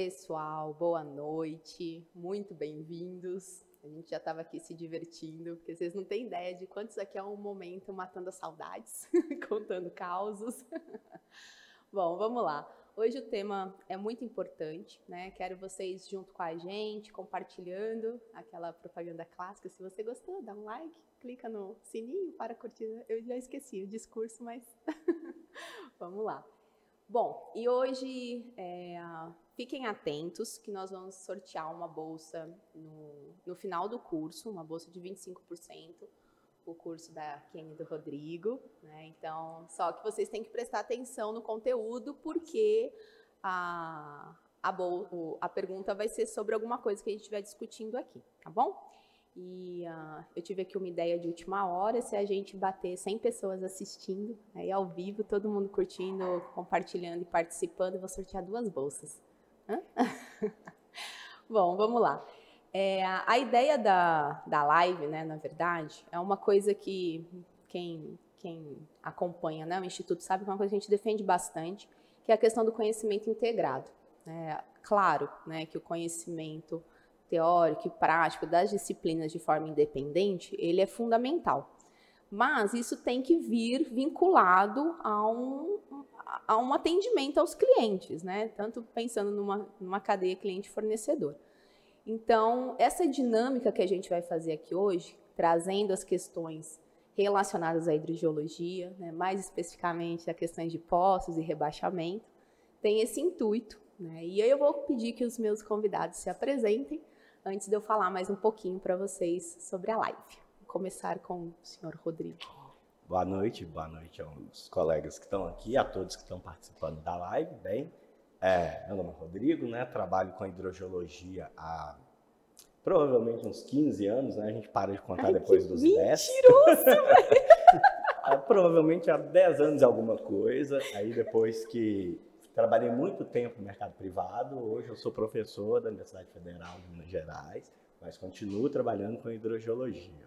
pessoal, boa noite, muito bem-vindos. A gente já estava aqui se divertindo, porque vocês não têm ideia de quanto isso aqui é um momento matando as saudades, contando causos. Bom, vamos lá. Hoje o tema é muito importante, né? Quero vocês junto com a gente, compartilhando aquela propaganda clássica. Se você gostou, dá um like, clica no sininho para curtir. Eu já esqueci o discurso, mas vamos lá. Bom, e hoje fiquem atentos que nós vamos sortear uma bolsa no final do curso, uma bolsa de 25%, o curso da Kênia e do Rodrigo, né? Então, só que vocês têm que prestar atenção no conteúdo, porque a pergunta vai ser sobre alguma coisa que a gente estiver discutindo aqui, tá bom? E eu tive aqui uma ideia de última hora, se a gente bater 100 pessoas assistindo, aí ao vivo, todo mundo curtindo, compartilhando e participando, eu vou sortear 2 bolsas. Bom, vamos lá. A ideia da live, né, na verdade, é uma coisa que quem acompanha, né, o Instituto sabe que é uma coisa que a gente defende bastante, que é a questão do conhecimento integrado. Claro, né, que o conhecimento teórico e prático das disciplinas de forma independente, ele é fundamental. Mas isso tem que vir vinculado a um atendimento aos clientes, né? Tanto pensando numa cadeia cliente-fornecedor. Então, essa dinâmica que a gente vai fazer aqui hoje, trazendo as questões relacionadas à hidrogeologia, né, mais especificamente a questões de poços e rebaixamento, tem esse intuito, né? E aí eu vou pedir que os meus convidados se apresentem, antes de eu falar mais um pouquinho para vocês sobre a live. Vou começar com o senhor Rodrigo. Boa noite aos colegas que estão aqui, a todos que estão participando da live. Bem, meu nome é Rodrigo, né? Trabalho com hidrogeologia há provavelmente uns 15 anos, né? A gente para de contar depois dos 10. Mentiroso, velho! Provavelmente há 10 anos alguma coisa, aí depois que trabalhei muito tempo no mercado privado, hoje eu sou professor da Universidade Federal de Minas Gerais, mas continuo trabalhando com hidrogeologia.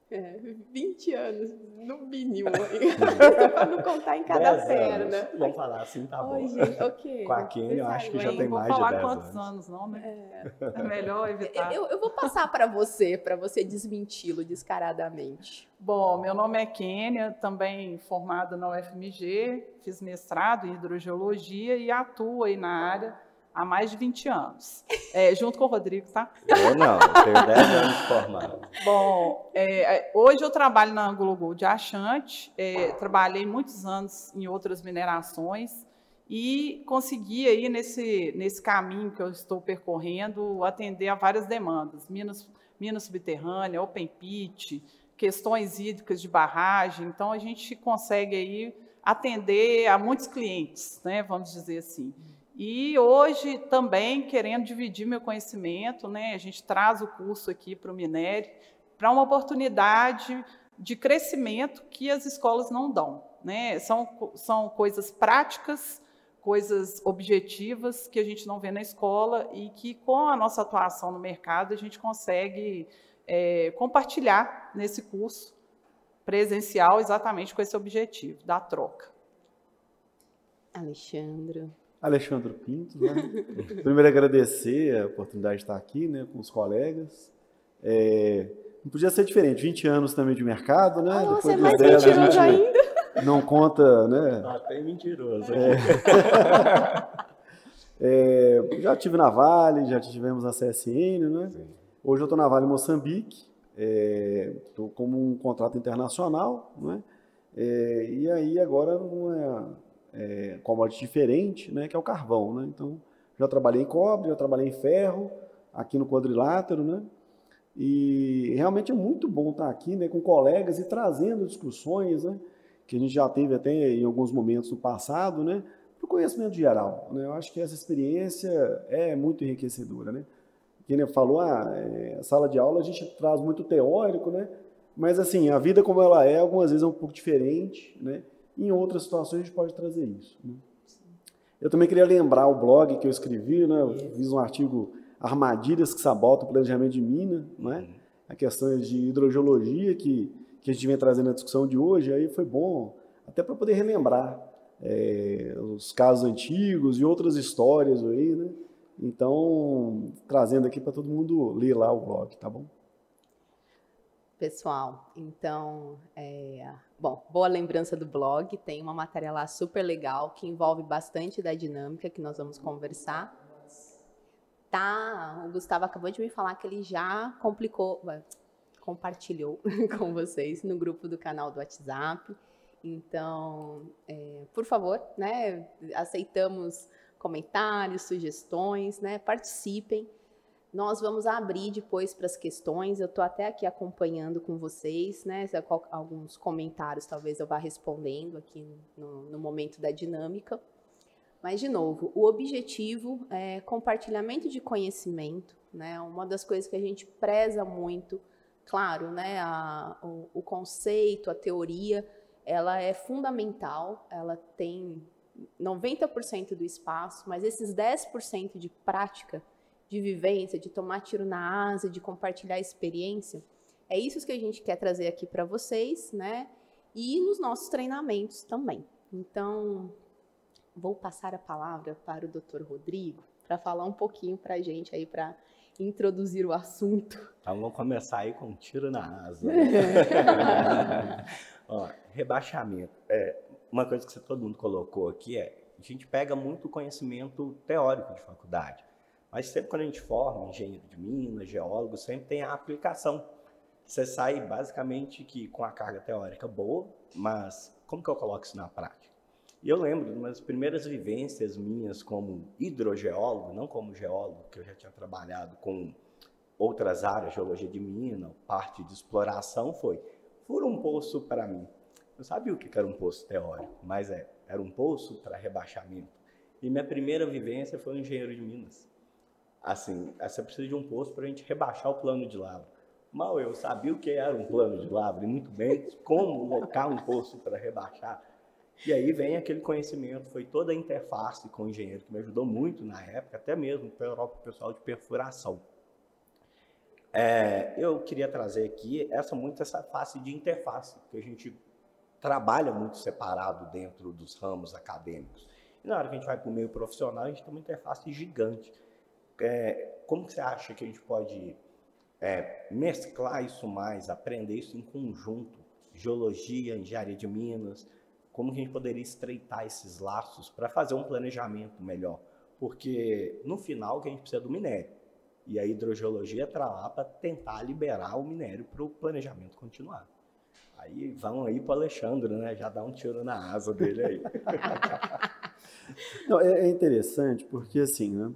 20 anos, no mínimo, para não contar em cada perna. Vamos falar assim, tá bom. Gente, okay. Com a Kênia, eu acho que já tem mais de 10 anos. Não vou falar quantos anos, não, né? É melhor evitar. Eu vou passar para você desmenti-lo descaradamente. Bom, meu nome é Kênia, também formada na UFMG, fiz mestrado em hidrogeologia e atuo aí na área há mais de 20 anos, junto com o Rodrigo, tá? Eu não, eu tenho 10 anos de formado. Bom, hoje eu trabalho na Anglo Gold Achante, trabalhei muitos anos em outras minerações e consegui aí nesse caminho que eu estou percorrendo atender a várias demandas, minas subterrânea, open pit, questões hídricas de barragem, então a gente consegue aí atender a muitos clientes, né, vamos dizer assim. E hoje também querendo dividir meu conhecimento, né, a gente traz o curso aqui para o Minério, para uma oportunidade de crescimento que as escolas não dão, né? São coisas práticas, coisas objetivas que a gente não vê na escola e que com a nossa atuação no mercado a gente consegue compartilhar nesse curso presencial exatamente com esse objetivo da troca. Alexandre Pinto, né? Primeiro agradecer a oportunidade de estar aqui, né, com os colegas. Não podia ser diferente, 20 anos também de mercado, né? Você é mais mentiroso ainda? Não conta, né? Até mentiroso. Já estive na Vale, já tivemos na CSN, né? Sim. Hoje eu estou na Vale Moçambique, estou como um contrato internacional, né? E aí agora commodity diferente, né, que é o carvão, né? Então, já trabalhei em cobre, já trabalhei em ferro, aqui no quadrilátero, né? E realmente é muito bom estar aqui, né, com colegas e trazendo discussões, né, que a gente já teve até em alguns momentos no passado, né, para o conhecimento geral, né? Eu acho que essa experiência é muito enriquecedora, né? Quem falou, a sala de aula a gente traz muito teórico, né? Mas assim, a vida como ela é, algumas vezes é um pouco diferente, né? Em outras situações a gente pode trazer isso, né? Eu também queria lembrar o blog que eu escrevi, né? Eu fiz um artigo Armadilhas que sabotam o planejamento de mina, né? A questão de hidrogeologia que a gente vem trazendo na discussão de hoje, aí foi bom até para poder relembrar os casos antigos e outras histórias aí, né? Então, trazendo aqui para todo mundo ler lá o blog, tá bom? Pessoal, então, bom, boa lembrança do blog, tem uma matéria lá super legal que envolve bastante da dinâmica que nós vamos conversar. Tá, o Gustavo acabou de me falar que ele já compartilhou com vocês no grupo do canal do WhatsApp. Então, por favor, né, aceitamos comentários, sugestões, né, participem. Nós vamos abrir depois para as questões, eu estou até aqui acompanhando com vocês, né, alguns comentários talvez eu vá respondendo aqui no momento da dinâmica. Mas, de novo, o objetivo é compartilhamento de conhecimento, né? Uma das coisas que a gente preza muito, claro, né? O conceito, a teoria, ela é fundamental, ela tem 90% do espaço, mas esses 10% de prática, de vivência, de tomar tiro na asa, de compartilhar experiência, é isso que a gente quer trazer aqui para vocês, né? E nos nossos treinamentos também. Então, vou passar a palavra para o Dr. Rodrigo para falar um pouquinho para a gente aí, para introduzir o assunto. Então vamos começar aí com um tiro na asa. Ó, rebaixamento. Uma coisa que todo mundo colocou aqui a gente pega muito conhecimento teórico de faculdade, mas sempre quando a gente forma engenheiro de minas, geólogo, sempre tem a aplicação. Você sai basicamente com a carga teórica boa, mas como que eu coloco isso na prática? E eu lembro de umas primeiras vivências minhas como hidrogeólogo, não como geólogo, que eu já tinha trabalhado com outras áreas, geologia de mina, parte de exploração, fura um poço para mim. Eu sabia o que era um poço teórico, mas era um poço para rebaixamento. E minha primeira vivência foi um engenheiro de minas. Assim, você precisa de um poço para a gente rebaixar o plano de lavra. Mal eu sabia o que era um plano de lavra e muito bem como colocar um poço para rebaixar. E aí vem aquele conhecimento, foi toda a interface com o engenheiro, que me ajudou muito na época, até mesmo para o pessoal de perfuração. Eu queria trazer aqui essa face de interface, porque a gente trabalha muito separado dentro dos ramos acadêmicos. E na hora que a gente vai para o meio profissional, a gente tem uma interface gigante. Como que você acha que a gente pode mesclar isso mais, aprender isso em conjunto? Geologia, engenharia de minas... Como que a gente poderia estreitar esses laços para fazer um planejamento melhor? Porque, no final, que a gente precisa do minério. E a hidrogeologia está lá para tentar liberar o minério para o planejamento continuar. Aí vão aí para o Alexandre, né? Já dá um tiro na asa dele aí. Não, é interessante porque, assim, né?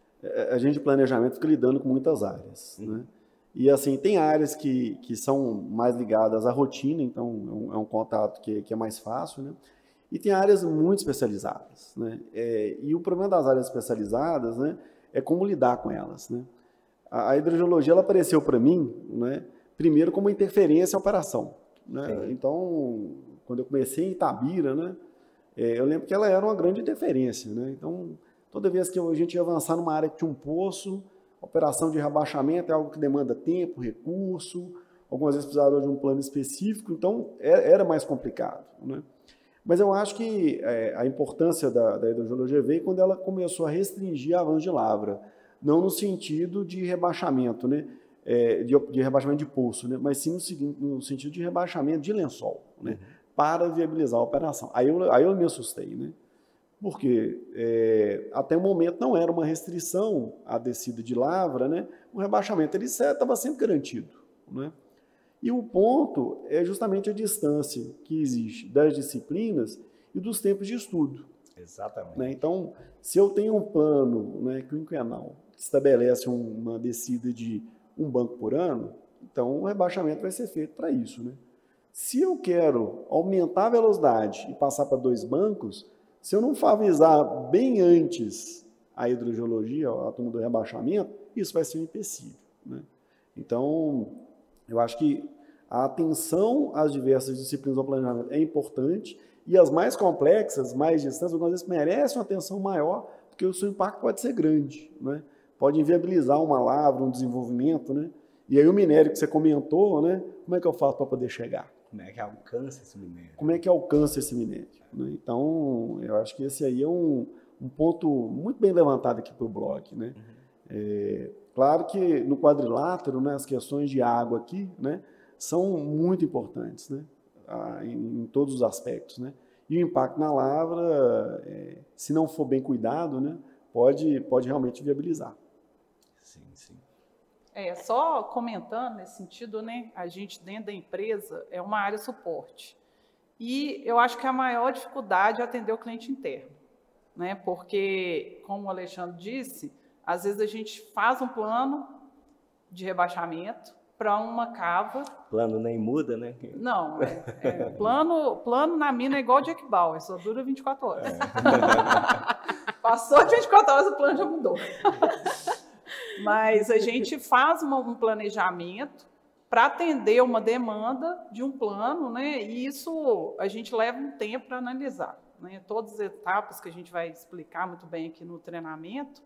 A gente de planejamento fica lidando com muitas áreas, né? E, assim, tem áreas que são mais ligadas à rotina, então é um contato que é mais fácil, né? E tem áreas muito especializadas, né? E o problema das áreas especializadas, né, é como lidar com elas, né? A hidrogeologia, ela apareceu para mim, né, primeiro como uma interferência à operação, né? Então, quando eu comecei em Itabira, né, eu lembro que ela era uma grande interferência, né? Então, toda vez que a gente ia avançar numa área que tinha um poço, operação de rebaixamento é algo que demanda tempo, recurso, algumas vezes precisava de um plano específico, então era mais complicado, né? Mas eu acho que a importância da hidrogeologia veio quando ela começou a restringir avanço de lavra, não no sentido de rebaixamento, né? De rebaixamento de poço, né? Mas sim no sentido de rebaixamento de lençol, né? Para viabilizar a operação. Aí eu me assustei, né? Porque até o momento não era uma restrição à descida de lavra, né? O rebaixamento ele estava sempre garantido, né? E o ponto é justamente a distância que existe das disciplinas e dos tempos de estudo. Exatamente. Né? Então, se eu tenho um plano, né, quinquenal que estabelece uma descida de um banco por ano, então o rebaixamento vai ser feito para isso, né? Se eu quero aumentar a velocidade e passar para 2 bancos, se eu não avisar bem antes a hidrogeologia, a turma do rebaixamento, isso vai ser um empecilho, né? Então, eu acho que a atenção às diversas disciplinas do planejamento é importante e as mais complexas, mais distantes, algumas vezes merecem uma atenção maior, porque o seu impacto pode ser grande, né? Pode inviabilizar uma lavra, um desenvolvimento, né? E aí o minério que você comentou, né? Como é que eu faço para poder chegar? Como é que alcança esse minério? Como é que alcança esse minério? Né? Então, eu acho que esse aí é um um ponto muito bem levantado aqui para o blog, né? Claro que no quadrilátero, né, as questões de água aqui, né, são muito importantes, né, em todos os aspectos, né? E o impacto na lavra, se não for bem cuidado, né, pode realmente viabilizar. Sim, sim. Só comentando nesse sentido, né, a gente dentro da empresa é uma área suporte. E eu acho que a maior dificuldade é atender o cliente interno, né? Porque, como o Alexandre disse, às vezes a gente faz um plano de rebaixamento para uma cava. Plano nem muda, né? Não, plano na mina é igual Jack Bauer, só dura 24 horas. Passou de 24 horas, o plano já mudou. Mas a gente faz um planejamento para atender uma demanda de um plano, né? E isso a gente leva um tempo para analisar, né? Todas as etapas que a gente vai explicar muito bem aqui no treinamento,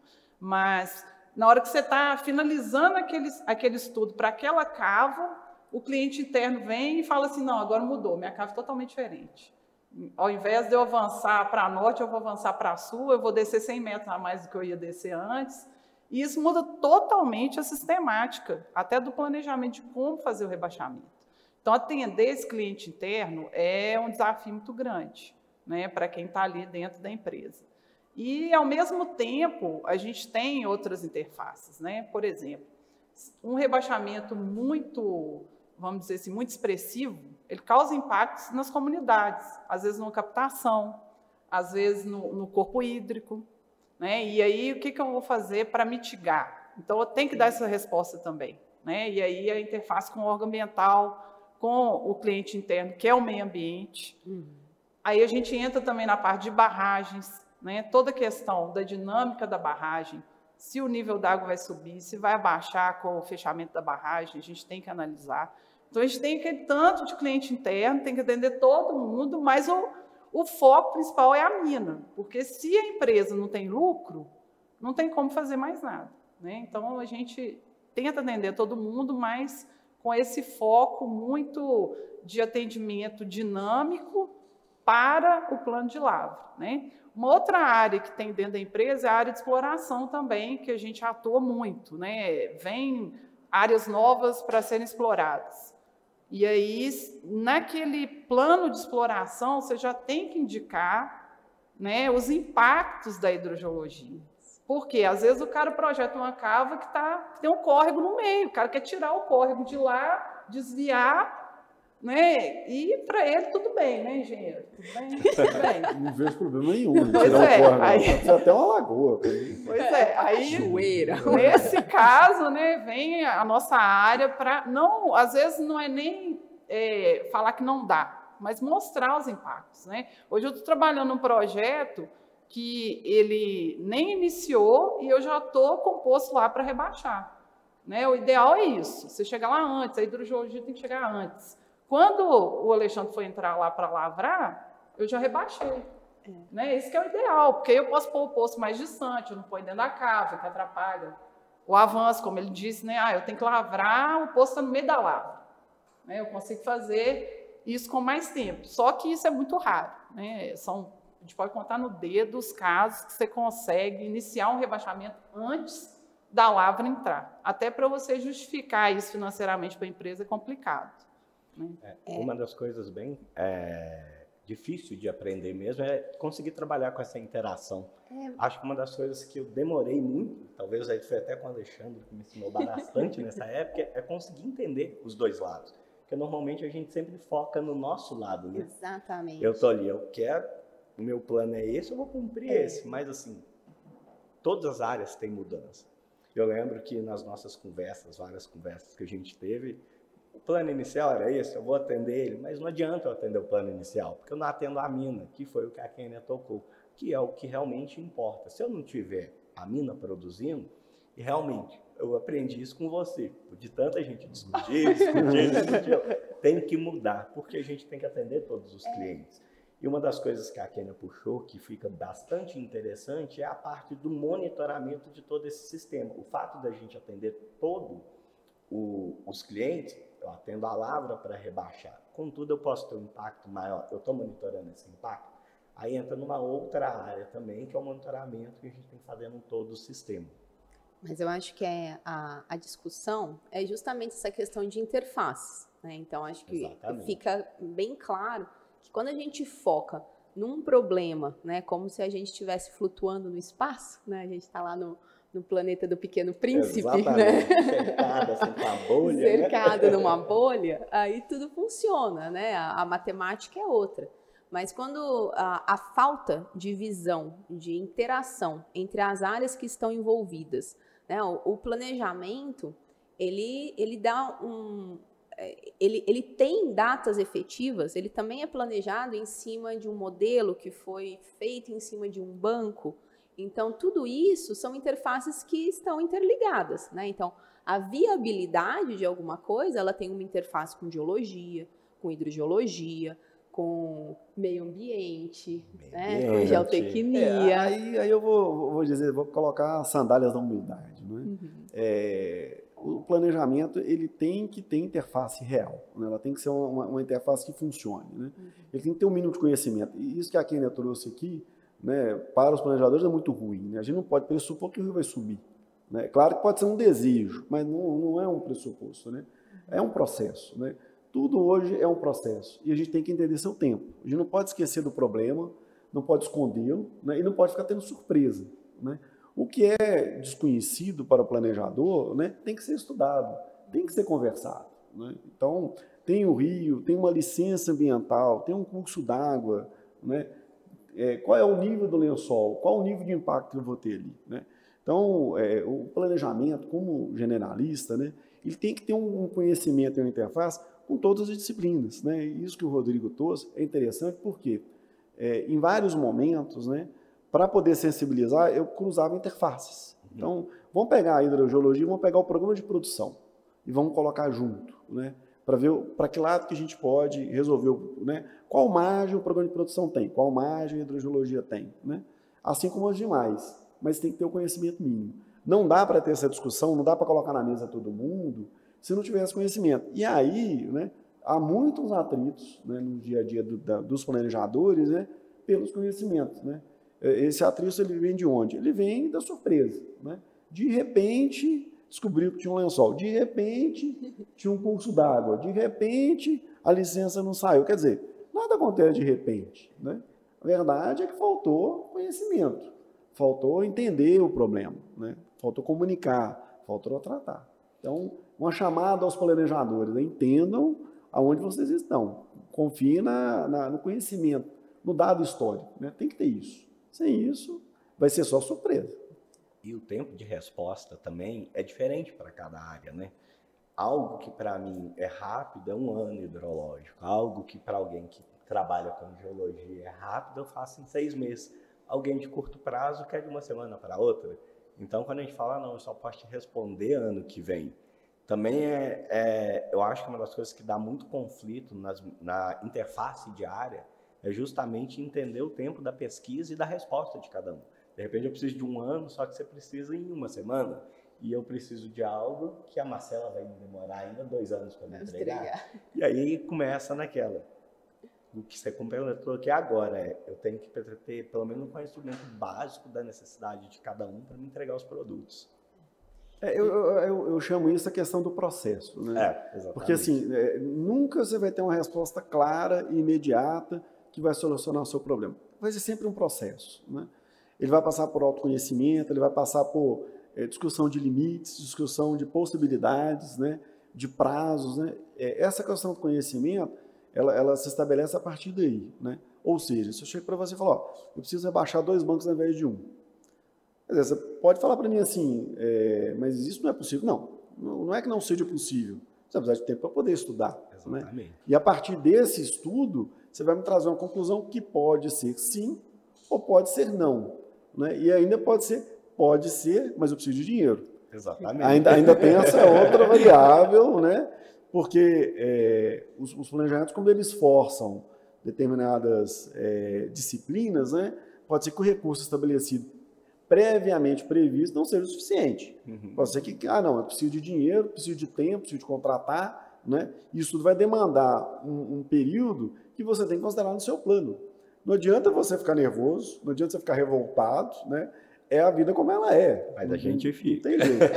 mas na hora que você está finalizando aquele estudo para aquela cava, o cliente interno vem e fala assim, não, agora mudou, minha cava é totalmente diferente. Ao invés de eu avançar para norte, eu vou avançar para sul, eu vou descer 100 metros a mais do que eu ia descer antes. E isso muda totalmente a sistemática, até do planejamento de como fazer o rebaixamento. Então, atender esse cliente interno é um desafio muito grande, né, para quem está ali dentro da empresa. E, ao mesmo tempo, a gente tem outras interfaces, né? Por exemplo, um rebaixamento muito, vamos dizer assim, muito expressivo, ele causa impactos nas comunidades, às vezes na captação, às vezes no corpo hídrico, né? E aí, o que eu vou fazer para mitigar? Então, eu tenho que dar essa resposta também, né? E aí, a interface com o órgão ambiental, com o cliente interno, que é o meio ambiente. Aí, a gente entra também na parte de barragens, né? Toda a questão da dinâmica da barragem, se o nível d'água vai subir, se vai abaixar com o fechamento da barragem, a gente tem que analisar. Então, a gente tem aquele tanto de cliente interno, tem que atender todo mundo, mas o foco principal é a mina, porque se a empresa não tem lucro, não tem como fazer mais nada, né? Então, a gente tenta atender todo mundo, mas com esse foco muito de atendimento dinâmico para o plano de lavra, né? Uma outra área que tem dentro da empresa é a área de exploração também, que a gente atua muito, né? Vem áreas novas para serem exploradas. E aí, naquele plano de exploração, você já tem que indicar, né, os impactos da hidrogeologia. Porque, às vezes, o cara projeta uma cava que tem um córrego no meio, o cara quer tirar o córrego de lá, desviar, né? E para ele tudo bem, né, engenheiro? Tudo bem? Tudo bem. Não vejo problema nenhum. Pois é. Aí... Pode ser até uma lagoa. Pois é. Aí, cachoeira. Nesse caso, né, vem a nossa área para... não, às vezes não é nem falar que não dá, mas mostrar os impactos, né? Hoje eu estou trabalhando num projeto que ele nem iniciou e eu já estou com o poço lá para rebaixar, né? O ideal é isso, você chegar lá antes, a hidrogeologia tem que chegar antes. Quando o Alexandre foi entrar lá para lavrar, eu já rebaixei. Né? Esse que é o ideal, porque aí eu posso pôr o poço mais distante, eu não ponho dentro da cava, que atrapalha o avanço, como ele disse, né? Eu tenho que lavrar, o poço está no meio da lavra. Né? Eu consigo fazer isso com mais tempo, só que isso é muito raro. Né? A gente pode contar no dedo os casos que você consegue iniciar um rebaixamento antes da lavra entrar. Até para você justificar isso financeiramente para a empresa é complicado. Uma das coisas bem difícil de aprender mesmo é conseguir trabalhar com essa interação. Acho que uma das coisas que eu demorei muito, talvez aí foi até com o Alexandre que me ensinou bastante nessa época, é conseguir entender os dois lados. Porque normalmente a gente sempre foca no nosso lado, né? Exatamente. Eu tô ali, eu quero, o meu plano é esse, eu vou cumprir esse. Mas assim, todas as áreas têm mudança. Eu lembro que nas nossas conversas, várias conversas que a gente teve, o plano inicial era esse, eu vou atender ele, mas não adianta eu atender o plano inicial, porque eu não atendo a mina, que foi o que a Kênia tocou, que é o que realmente importa. Se eu não tiver a mina produzindo, e realmente, eu aprendi isso com você, de tanta gente discutir, tem que mudar, porque a gente tem que atender todos os clientes. E uma das coisas que a Kênia puxou, que fica bastante interessante, é a parte do monitoramento de todo esse sistema. O fato da gente atender todos os clientes, eu atendo a lavra para rebaixar. Contudo, eu posso ter um impacto maior. Eu estou monitorando esse impacto. Aí entra numa outra área também, que é o monitoramento que a gente tem que fazer em todo o sistema. Mas eu acho que a discussão é justamente essa questão de interface, né? Então, acho que Exatamente. fica bem claro que quando a gente foca num problema, né, como se a gente estivesse flutuando no espaço, né? A gente está lá no planeta do Pequeno Príncipe, né? Cercado assim, com a bolha, cercado né? numa bolha, aí tudo funciona, né? A matemática é outra. Mas quando a falta de visão, de interação entre as áreas que estão envolvidas, né? O planejamento, ele dá ele tem datas efetivas, ele também é planejado em cima de um modelo que foi feito em cima de um banco. Então, tudo isso são interfaces que estão interligadas, né? Então, a viabilidade de alguma coisa, ela tem uma interface com geologia, com hidrogeologia, com meio ambiente, né? Com geotecnia. Aí eu vou dizer, vou colocar as sandálias da humildade, não é? Uhum. O planejamento, ele tem que ter interface real, né? Ela tem que ser uma interface que funcione, né? Ele tem que ter um mínimo de conhecimento. E isso que a Kênia trouxe aqui, né, para os planejadores é muito ruim, né? A gente não pode pressupor que o rio vai subir, né? Claro que pode ser um desejo, mas não é um pressuposto, né? É um processo, né? Tudo hoje é um processo e a gente tem que entender seu tempo. A gente não pode esquecer do problema, não pode escondê-lo, né? E não pode ficar tendo surpresa, né? O que é desconhecido para o planejador, né, tem que ser estudado, tem que ser conversado, né? Então, tem o rio, tem uma licença ambiental, tem um curso d'água, né? Qual é o nível do lençol, qual o nível de impacto que eu vou ter ali, né? Então, o planejamento, como generalista, né, ele tem que ter um conhecimento e uma interface com todas as disciplinas, né? E isso que o Rodrigo trouxe é interessante porque, em vários momentos, né, para poder sensibilizar, eu cruzava interfaces. Então, vamos pegar a hidrogeologia, vamos pegar o programa de produção e vamos colocar junto, né, para ver para que lado que a gente pode resolver, né, qual margem o programa de produção tem, qual margem a hidrogeologia tem, né, assim como os demais, mas tem que ter o conhecimento mínimo. Não dá para ter essa discussão, não dá para colocar na mesa todo mundo se não tiver esse conhecimento. E aí, né, há muitos atritos, né, no dia a dia dos planejadores, né, pelos conhecimentos, né. Esse atrito ele vem de onde? Ele vem da surpresa, né? De repente, descobriu que tinha um lençol. De repente, tinha um curso d'água. De repente, a licença não saiu. Quer dizer, nada acontece de repente, né? A verdade é que faltou conhecimento, faltou entender o problema, né? Faltou comunicar, faltou tratar. Então, uma chamada aos planejadores, né? Entendam aonde vocês estão. Confiem no conhecimento, no dado histórico, né? Tem que ter isso. Sem isso, vai ser só surpresa. E o tempo de resposta também é diferente para cada área, né? Algo que para mim é rápido é 1 ano hidrológico. Algo que para alguém que trabalha com geologia é rápido, eu faço em 6 meses. Alguém de curto prazo quer de uma semana para outra. Então, quando a gente fala, não, eu só posso te responder ano que vem. Também eu acho que uma das coisas que dá muito conflito na interface diária é justamente entender o tempo da pesquisa e da resposta de cada um. De repente eu preciso de 1 ano, só que você precisa em 1 semana. E eu preciso de algo que a Marcela vai demorar ainda 2 anos para me entregar. E aí começa naquela. O que você complementou aqui agora eu tenho que ter pelo menos um conhecimento básico da necessidade de cada um para me entregar os produtos. Eu chamo isso a questão do processo, né? Exatamente. Porque assim, nunca você vai ter uma resposta clara e imediata que vai solucionar o seu problema. Vai ser sempre um processo, né? Ele vai passar por autoconhecimento, ele vai passar por discussão de limites, discussão de possibilidades, né? De prazos, né? Essa questão do conhecimento, ela se estabelece a partir daí, né? Ou seja, se eu chego para você e falar, eu preciso rebaixar 2 bancos ao invés de 1. Quer dizer, você pode falar para mim assim, mas isso não é possível. Não é que não seja possível. Você vai precisar de tempo para poder estudar. Exatamente. Né? E a partir desse estudo, você vai me trazer uma conclusão que pode ser sim ou pode ser não. Né? E ainda pode ser, mas eu preciso de dinheiro. Exatamente. Ainda tem essa outra variável, né? Porque os planejamentos, quando eles forçam determinadas disciplinas, né? Pode ser que o recurso estabelecido previamente previsto não seja o suficiente. Pode ser que, eu preciso de dinheiro, preciso de tempo, preciso de contratar, né? Isso tudo vai demandar um período que você tem que considerar no seu plano. Não adianta você ficar nervoso, não adianta você ficar revoltado, né? É a vida como ela é. Mas a gente fica. Não tem jeito.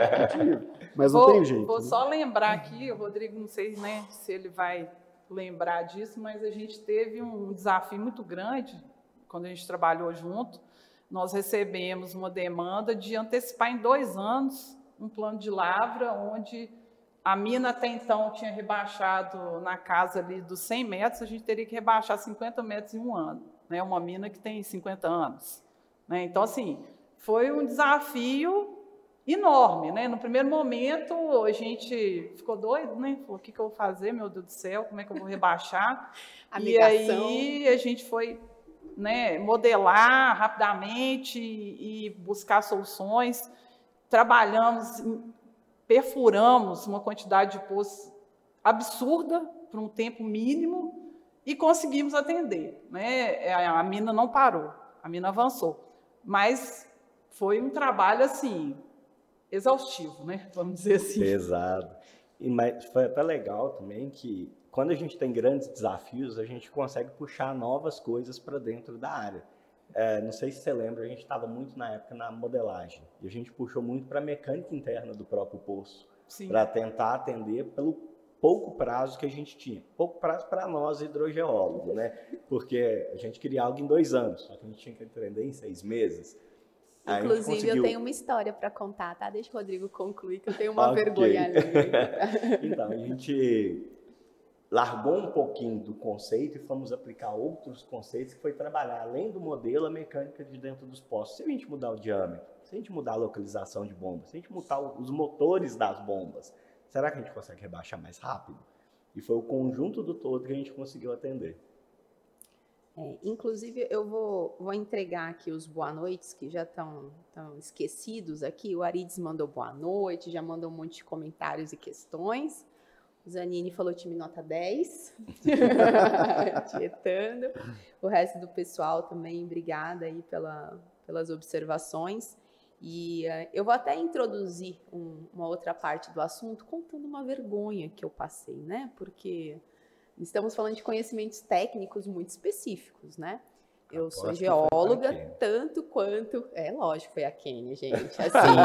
Mas não tem jeito. Vou só lembrar aqui, o Rodrigo, não sei, né, se ele vai lembrar disso, mas a gente teve um desafio muito grande quando a gente trabalhou junto. Nós recebemos uma demanda de antecipar em 2 anos um plano de lavra, onde a mina até então tinha rebaixado na casa ali dos 100 metros, a gente teria que rebaixar 50 metros em 1 ano, né? Uma mina que tem 50 anos. Né? Então, assim, foi um desafio enorme, né? No primeiro momento, a gente ficou doido, né? Falou, o que eu vou fazer, meu Deus do céu, como é que eu vou rebaixar? E aí a gente foi, né, modelar rapidamente e buscar soluções. Trabalhamos, perfuramos uma quantidade de poços absurda por um tempo mínimo e conseguimos atender, né? A mina não parou, a mina avançou. Mas foi um trabalho, assim, exaustivo, né? Vamos dizer assim. Exato. Mas foi até legal também que, quando a gente tem grandes desafios, a gente consegue puxar novas coisas para dentro da área. Não sei se você lembra, a gente estava muito na época na modelagem. E a gente puxou muito para a mecânica interna do próprio poço, para tentar atender pelo pouco prazo que a gente tinha. Pouco prazo para nós, hidrogeólogos, né? Porque a gente queria algo em 2 anos, só que a gente tinha que entender em 6 meses. Inclusive, eu tenho uma história para contar, tá? Deixa o Rodrigo concluir, que eu tenho uma vergonha ali. Então, a gente largou um pouquinho do conceito e fomos aplicar outros conceitos, que foi trabalhar, além do modelo, a mecânica de dentro dos poços. Se a gente mudar o diâmetro, se a gente mudar a localização de bombas, se a gente mudar os motores das bombas, será que a gente consegue rebaixar mais rápido? E foi o conjunto do todo que a gente conseguiu atender. Inclusive, eu vou entregar aqui os boa noites, que já estão esquecidos aqui. O Arides mandou boa noite, já mandou um monte de comentários e questões. O Zanini falou time nota 10, tietando. O resto do pessoal também, obrigada aí pelas observações. E eu vou até introduzir uma outra parte do assunto, contando uma vergonha que eu passei, né? Porque estamos falando de conhecimentos técnicos muito específicos, né? Eu sou geóloga, tanto quanto... lógico, foi a Kênia, gente.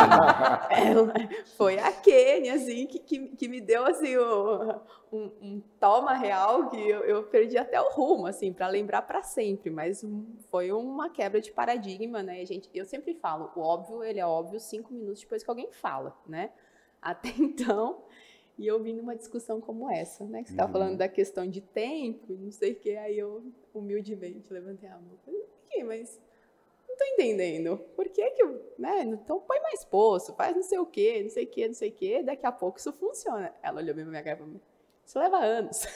Assim, foi a Kênia, assim, que me deu, assim, um toma real que eu perdi até o rumo, assim, para lembrar para sempre. Mas foi uma quebra de paradigma, né? Eu sempre falo, o óbvio, ele é óbvio 5 minutos depois que alguém fala, né? Até então... E eu vim numa discussão como essa, né? Que você estava falando da questão de tempo, não sei o quê. Aí eu, humildemente, levantei a mão. Falei, mas não estou entendendo. Por que né? Então põe mais poço, faz não sei o quê, não sei o quê, não sei o quê. Daqui a pouco isso funciona. Ela olhou bem pra minha cara e falou, isso leva anos.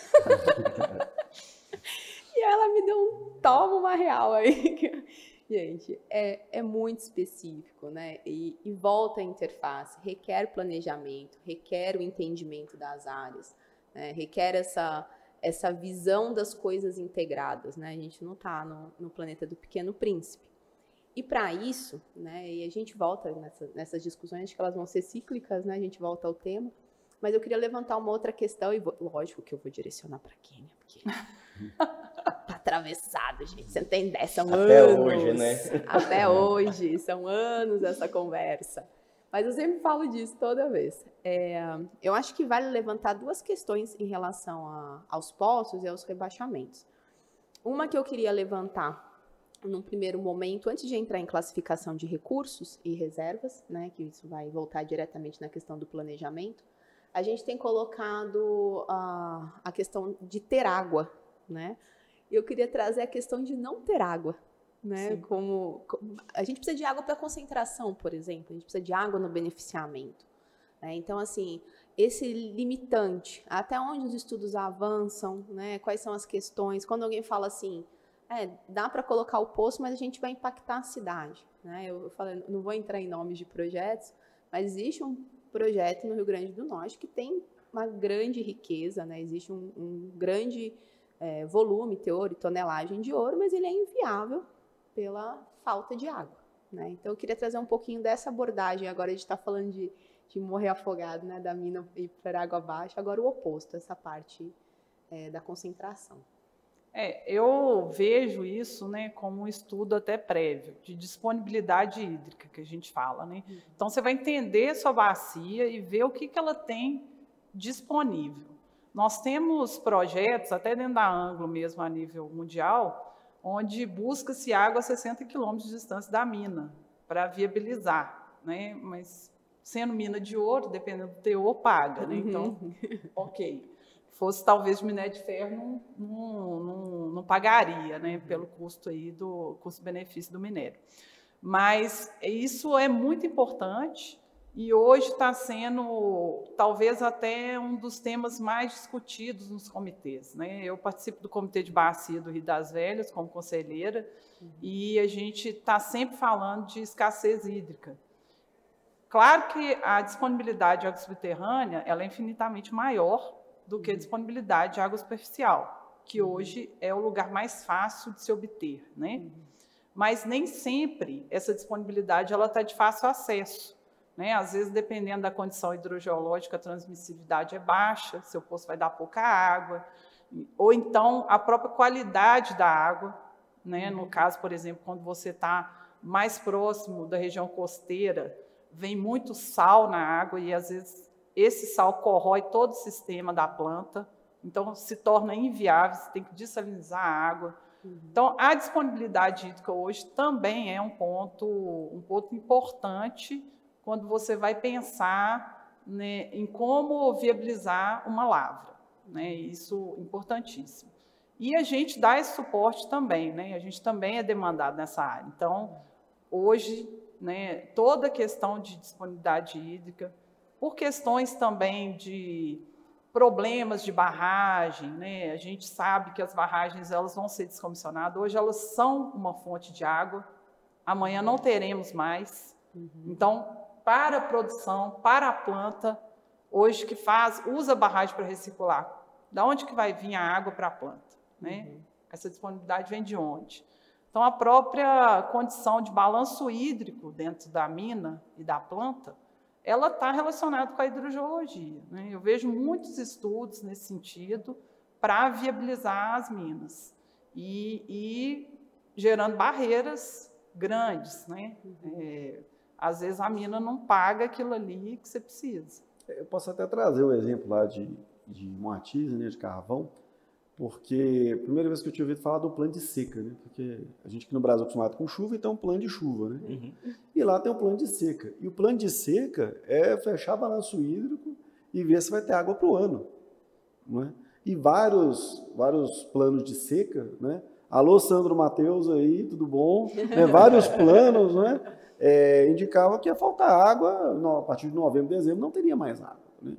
E ela me deu um toma, uma real aí. Gente, é muito específico, né? E volta a interface, requer planejamento, requer o entendimento das áreas, né? Requer essa visão das coisas integradas, né? A gente não está no planeta do Pequeno Príncipe. E para isso, né? E a gente volta nessas discussões, acho que elas vão ser cíclicas, né? A gente volta ao tema. Mas eu queria levantar uma outra questão, e lógico que eu vou direcionar para a Kênia, porque... Tá atravessado, gente. Você não tem ideia, são anos. Até hoje, né? Até hoje, são anos essa conversa. Mas eu sempre falo disso toda vez. Eu acho que vale levantar 2 questões em relação aos poços e aos rebaixamentos. Uma que eu queria levantar num primeiro momento, antes de entrar em classificação de recursos e reservas, né, que isso vai voltar diretamente na questão do planejamento, a gente tem colocado a questão de ter água, né? E eu queria trazer a questão de não ter água, né? Como a gente precisa de água para concentração, por exemplo, a gente precisa de água no beneficiamento, né? Então, assim, esse limitante, até onde os estudos avançam, né? Quais são as questões? Quando alguém fala assim, dá para colocar o poço, mas a gente vai impactar a cidade, né? Eu falei, não vou entrar em nomes de projetos, mas existe um projeto no Rio Grande do Norte que tem uma grande riqueza, né? Existe um grande volume, teor e tonelagem de ouro, mas ele é inviável pela falta de água, né? Então eu queria trazer um pouquinho dessa abordagem. Agora a gente está falando de morrer afogado, né? Da mina ir para água abaixo, agora o oposto, essa parte da concentração. Eu vejo isso, né, como um estudo até prévio, de disponibilidade hídrica, que a gente fala, né? Então, você vai entender sua bacia e ver o que ela tem disponível. Nós temos projetos, até dentro da Anglo mesmo, a nível mundial, onde busca-se água a 60 quilômetros de distância da mina, para viabilizar, né? Mas, sendo mina de ouro, dependendo do teor, paga, né? Então, ok. Fosse talvez de minério de ferro, não pagaria, né, pelo custo aí do custo-benefício do minério. Mas isso é muito importante e hoje está sendo talvez até um dos temas mais discutidos nos comitês, né? Eu participo do Comitê de Bacia do Rio das Velhas como conselheira e a gente está sempre falando de escassez hídrica. Claro que a disponibilidade de água subterrânea ela é infinitamente maior do que a disponibilidade de água superficial, que hoje é o lugar mais fácil de se obter, né? Mas nem sempre essa disponibilidade ela está de fácil acesso, né? Às vezes, dependendo da condição hidrogeológica, a transmissividade é baixa, seu poço vai dar pouca água, ou então a própria qualidade da água, né? No caso, por exemplo, quando você está mais próximo da região costeira, vem muito sal na água e, às vezes, esse sal corrói todo o sistema da planta, então se torna inviável, você tem que dessalinizar a água. Então, a disponibilidade hídrica hoje também é um ponto importante quando você vai pensar, né, em como viabilizar uma lavra, né? Isso é importantíssimo. E a gente dá esse suporte também, né? A gente também é demandado nessa área. Então, hoje, né, toda a questão de disponibilidade hídrica, por questões também de problemas de barragem, né? A gente sabe que as barragens elas vão ser descomissionadas. Hoje elas são uma fonte de água, amanhã não teremos mais. Então, para a produção, para a planta, hoje que usa a barragem para recircular, da onde que vai vir a água para a planta, né? Essa disponibilidade vem de onde? Então, a própria condição de balanço hídrico dentro da mina e da planta, ela está relacionada com a hidrogeologia, né? Eu vejo muitos estudos nesse sentido para viabilizar as minas e gerando barreiras grandes, né? Às vezes a mina não paga aquilo ali que você precisa. Eu posso até trazer o exemplo lá de Moatize, né, de Carvão, porque a primeira vez que eu tinha ouvido falar do plano de seca, né? Porque a gente aqui no Brasil é acostumado com chuva, então é um plano de chuva, né? E lá tem um plano de seca. E o plano de seca é fechar balanço hídrico e ver se vai ter água para o ano, não é? E vários planos de seca, né? Alô, Sandro Matheus aí, tudo bom? Né? Vários planos, né? Indicavam que ia faltar água, a partir de novembro, dezembro, não teria mais água, né?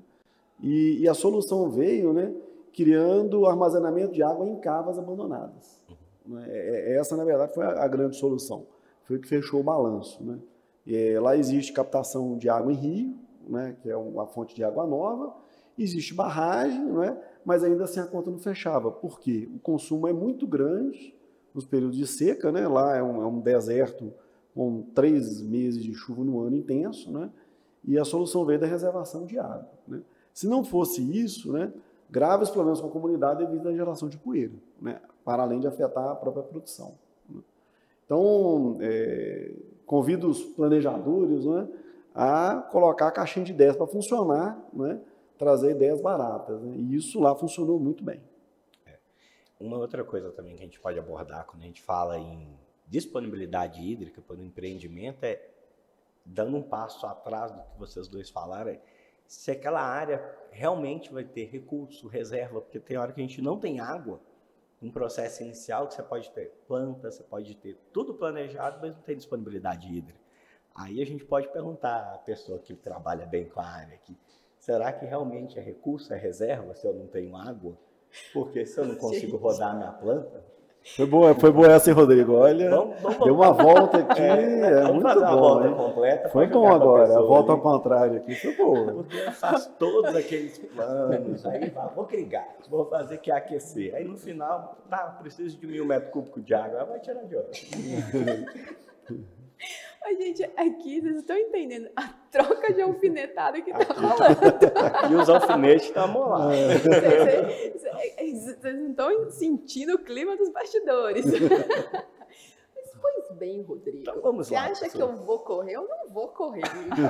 E a solução veio, né, criando armazenamento de água em cavas abandonadas. Essa, na verdade, foi a grande solução. Foi o que fechou o balanço, né? Lá existe captação de água em rio, né, que é uma fonte de água nova, existe barragem, né, mas ainda assim a conta não fechava. Por quê? O consumo é muito grande nos períodos de seca, né? Lá é um deserto com 3 meses de chuva no ano intenso, né? E a solução veio da reservação de água, né? Se não fosse isso, né, graves problemas com a comunidade devido à geração de poeira, né, para além de afetar a própria produção, né? Então, convido os planejadores, né, a colocar a caixinha de ideias para funcionar, né, trazer ideias baratas, né, e isso lá funcionou muito bem. Uma outra coisa também que a gente pode abordar quando a gente fala em disponibilidade hídrica para o empreendimento dando um passo atrás do que vocês dois falaram, se aquela área realmente vai ter recurso, reserva, porque tem hora que a gente não tem água, um processo inicial que você pode ter planta, você pode ter tudo planejado, mas não tem disponibilidade hídrica. Aí a gente pode perguntar à pessoa que trabalha bem com a área aqui, será que realmente é recurso, é reserva se eu não tenho água? Porque se eu não consigo rodar a minha planta... Foi boa essa, hein, Rodrigo? Olha, deu uma volta aqui, vamos muito fazer uma bom, volta hein? Completa. Foi bom agora, a volta ao contrário aqui foi boa. Porque eu faço todos aqueles planos, aí vou criar, vou fazer que aquecer. Aí no final, preciso de 1.000 metros cúbicos de água, vai tirar de onde? A gente, aqui, vocês estão entendendo a troca de alfinetada que tá rolando. E os alfinetes estão amolados. Vocês não estão sentindo o clima dos bastidores. Mas, pois bem, Rodrigo, Então, vamos você lá, acha professor. que eu vou correr? Eu não vou correr.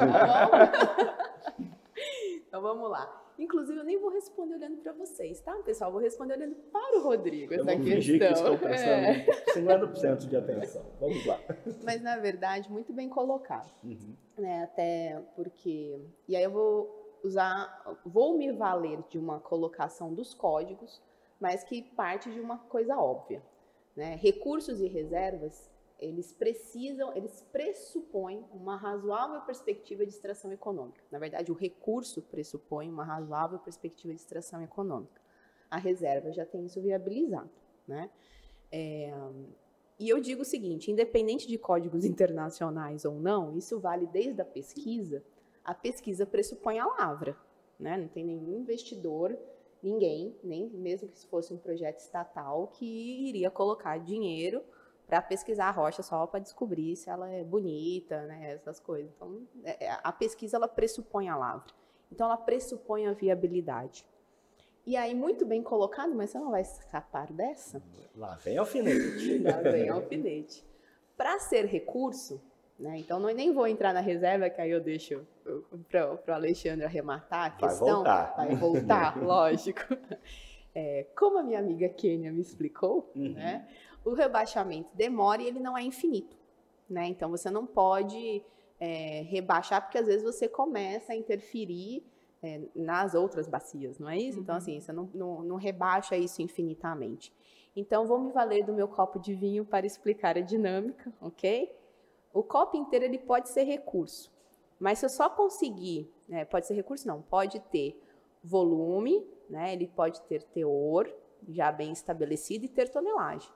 Então vamos lá. Inclusive, eu nem vou responder olhando para vocês, tá, pessoal? Eu vou responder olhando para o Rodrigo Eu essa vou fingir que questão. estou prestando 50% de atenção. Vamos lá. Mas, na verdade, muito bem colocado. Uhum. Né? Até porque... E aí eu vou me valer de uma colocação dos códigos, mas que parte de uma coisa óbvia. Né? Recursos e reservas, eles pressupõem uma razoável perspectiva de extração econômica. Na verdade, o recurso pressupõe uma razoável perspectiva de extração econômica. A reserva já tem isso viabilizado, né? E eu digo o seguinte, independente de códigos internacionais ou não, isso vale desde a pesquisa pressupõe a lavra, né? Não tem nenhum investidor, ninguém, nem mesmo que fosse um projeto estatal, que iria colocar dinheiro para pesquisar a rocha só para descobrir se ela é bonita, né, essas coisas. Então, a pesquisa, ela pressupõe a lavra. Então, ela pressupõe a viabilidade. E aí, muito bem colocado, mas você não vai escapar dessa? Lá vem alfinete. Lá vem alfinete. Para ser recurso, né, então nem vou entrar na reserva, que aí eu deixo para o Alexandre arrematar a questão. Vai voltar, lógico. Como a minha amiga Kênia me explicou, né, o rebaixamento demora e ele não é infinito, né? Então, você não pode rebaixar, porque às vezes você começa a interferir nas outras bacias, não é isso? Então, assim, você não rebaixa isso infinitamente. Então, vou me valer do meu copo de vinho para explicar a dinâmica, ok? O copo inteiro, ele pode ser recurso, mas se eu só conseguir, pode ser recurso não, pode ter volume, né? Ele pode ter teor já bem estabelecido e ter tonelagem.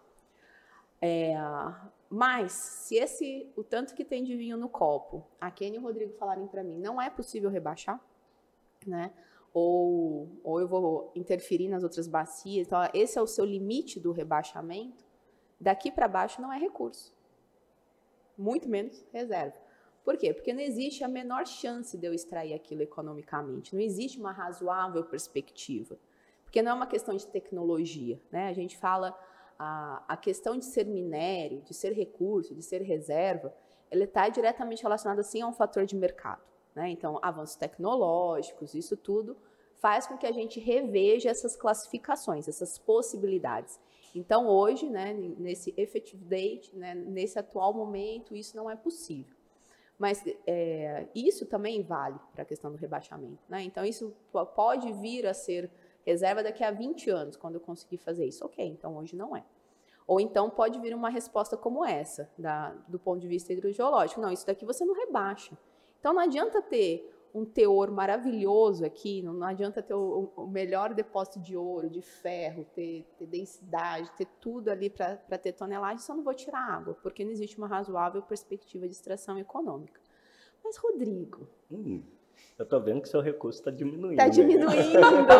Mas, se o tanto que tem de vinho no copo, a Kênia e o Rodrigo falarem para mim, não é possível rebaixar, né? Ou eu vou interferir nas outras bacias, então esse é o seu limite do rebaixamento, daqui para baixo não é recurso, muito menos reserva. Por quê? Porque não existe a menor chance de eu extrair aquilo economicamente, não existe uma razoável perspectiva, porque não é uma questão de tecnologia, né? A gente fala... A questão de ser minério, de ser recurso, de ser reserva, ela está diretamente relacionada, sim, a um fator de mercado, né? Então, avanços tecnológicos, isso tudo faz com que a gente reveja essas classificações, essas possibilidades. Então, hoje, né, nesse effective date, né, nesse atual momento, isso não é possível. Mas isso também vale para a questão do rebaixamento, né? Então, isso pode vir a ser reserva daqui a 20 anos, quando eu conseguir fazer isso. Ok, então hoje não é. Ou então pode vir uma resposta como essa, do ponto de vista hidrogeológico. Não, isso daqui você não rebaixa. Então não adianta ter um teor maravilhoso aqui, não adianta ter o melhor depósito de ouro, de ferro, ter densidade, ter tudo ali para ter tonelagem, só não vou tirar água, porque não existe uma razoável perspectiva de extração econômica. Mas, Rodrigo... Eu tô vendo que seu recurso está diminuindo. Está diminuindo.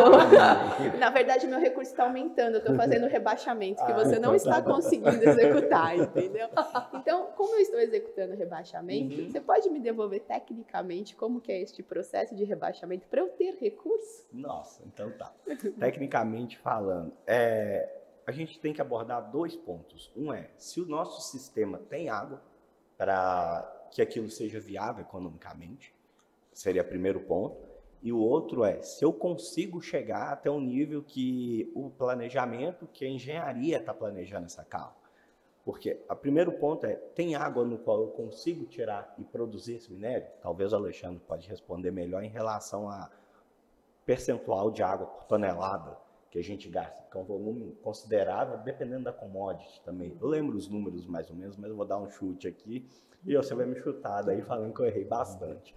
Na verdade, meu recurso está aumentando. Eu estou fazendo rebaixamento que você não está conseguindo executar, entendeu? Então, como eu estou executando rebaixamento, você pode me devolver tecnicamente como que é este processo de rebaixamento para eu ter recurso? Nossa, então tá. Tecnicamente falando, a gente tem que abordar 2 pontos. Um é, se o nosso sistema tem água para que aquilo seja viável economicamente, seria o primeiro ponto. E o outro é, se eu consigo chegar até um nível que o planejamento, que a engenharia está planejando essa cava. Porque o primeiro ponto é, tem água no qual eu consigo tirar e produzir esse minério? Talvez o Alexandre pode responder melhor em relação a percentual de água por tonelada que a gente gasta, que é um volume considerável, dependendo da commodity também. Eu lembro os números mais ou menos, mas eu vou dar um chute aqui. E você vai me chutar daí falando que eu errei bastante.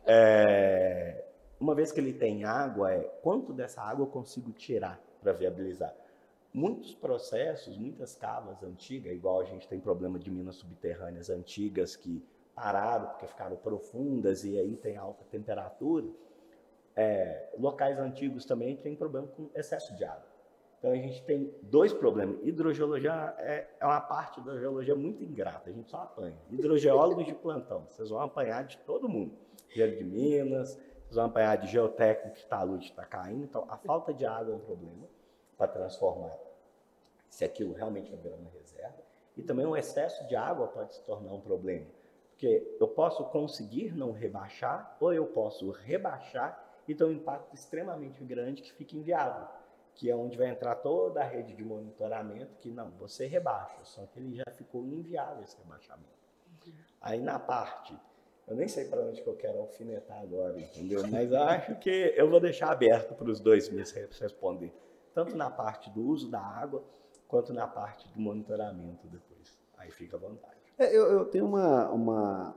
Uma vez que ele tem água, quanto dessa água eu consigo tirar para viabilizar? Muitos processos, muitas cavas antigas, igual a gente tem problema de minas subterrâneas antigas que pararam porque ficaram profundas e aí tem alta temperatura. Locais antigos também tem problema com excesso de água. Então, a gente tem dois problemas. Hidrogeologia é uma parte da geologia muito ingrata, a gente só apanha. Hidrogeólogos de plantão, vocês vão apanhar de todo mundo. Engenheiro de Minas, vocês vão apanhar de geotécnico que está luz, está caindo. Então, a falta de água é um problema para transformar se aquilo realmente vai virar uma reserva. E também o excesso de água pode se tornar um problema. Porque eu posso conseguir não rebaixar, ou eu posso rebaixar e ter um impacto extremamente grande que fica inviável. Que é onde vai entrar toda a rede de monitoramento, que não, você rebaixa, só que ele já ficou inviável esse rebaixamento. Aí na parte, eu nem sei para onde que eu quero alfinetar agora, entendeu? Mas eu acho que eu vou deixar aberto para os dois me responder. Tanto na parte do uso da água, quanto na parte do monitoramento depois. Aí fica à vontade. Eu tenho uma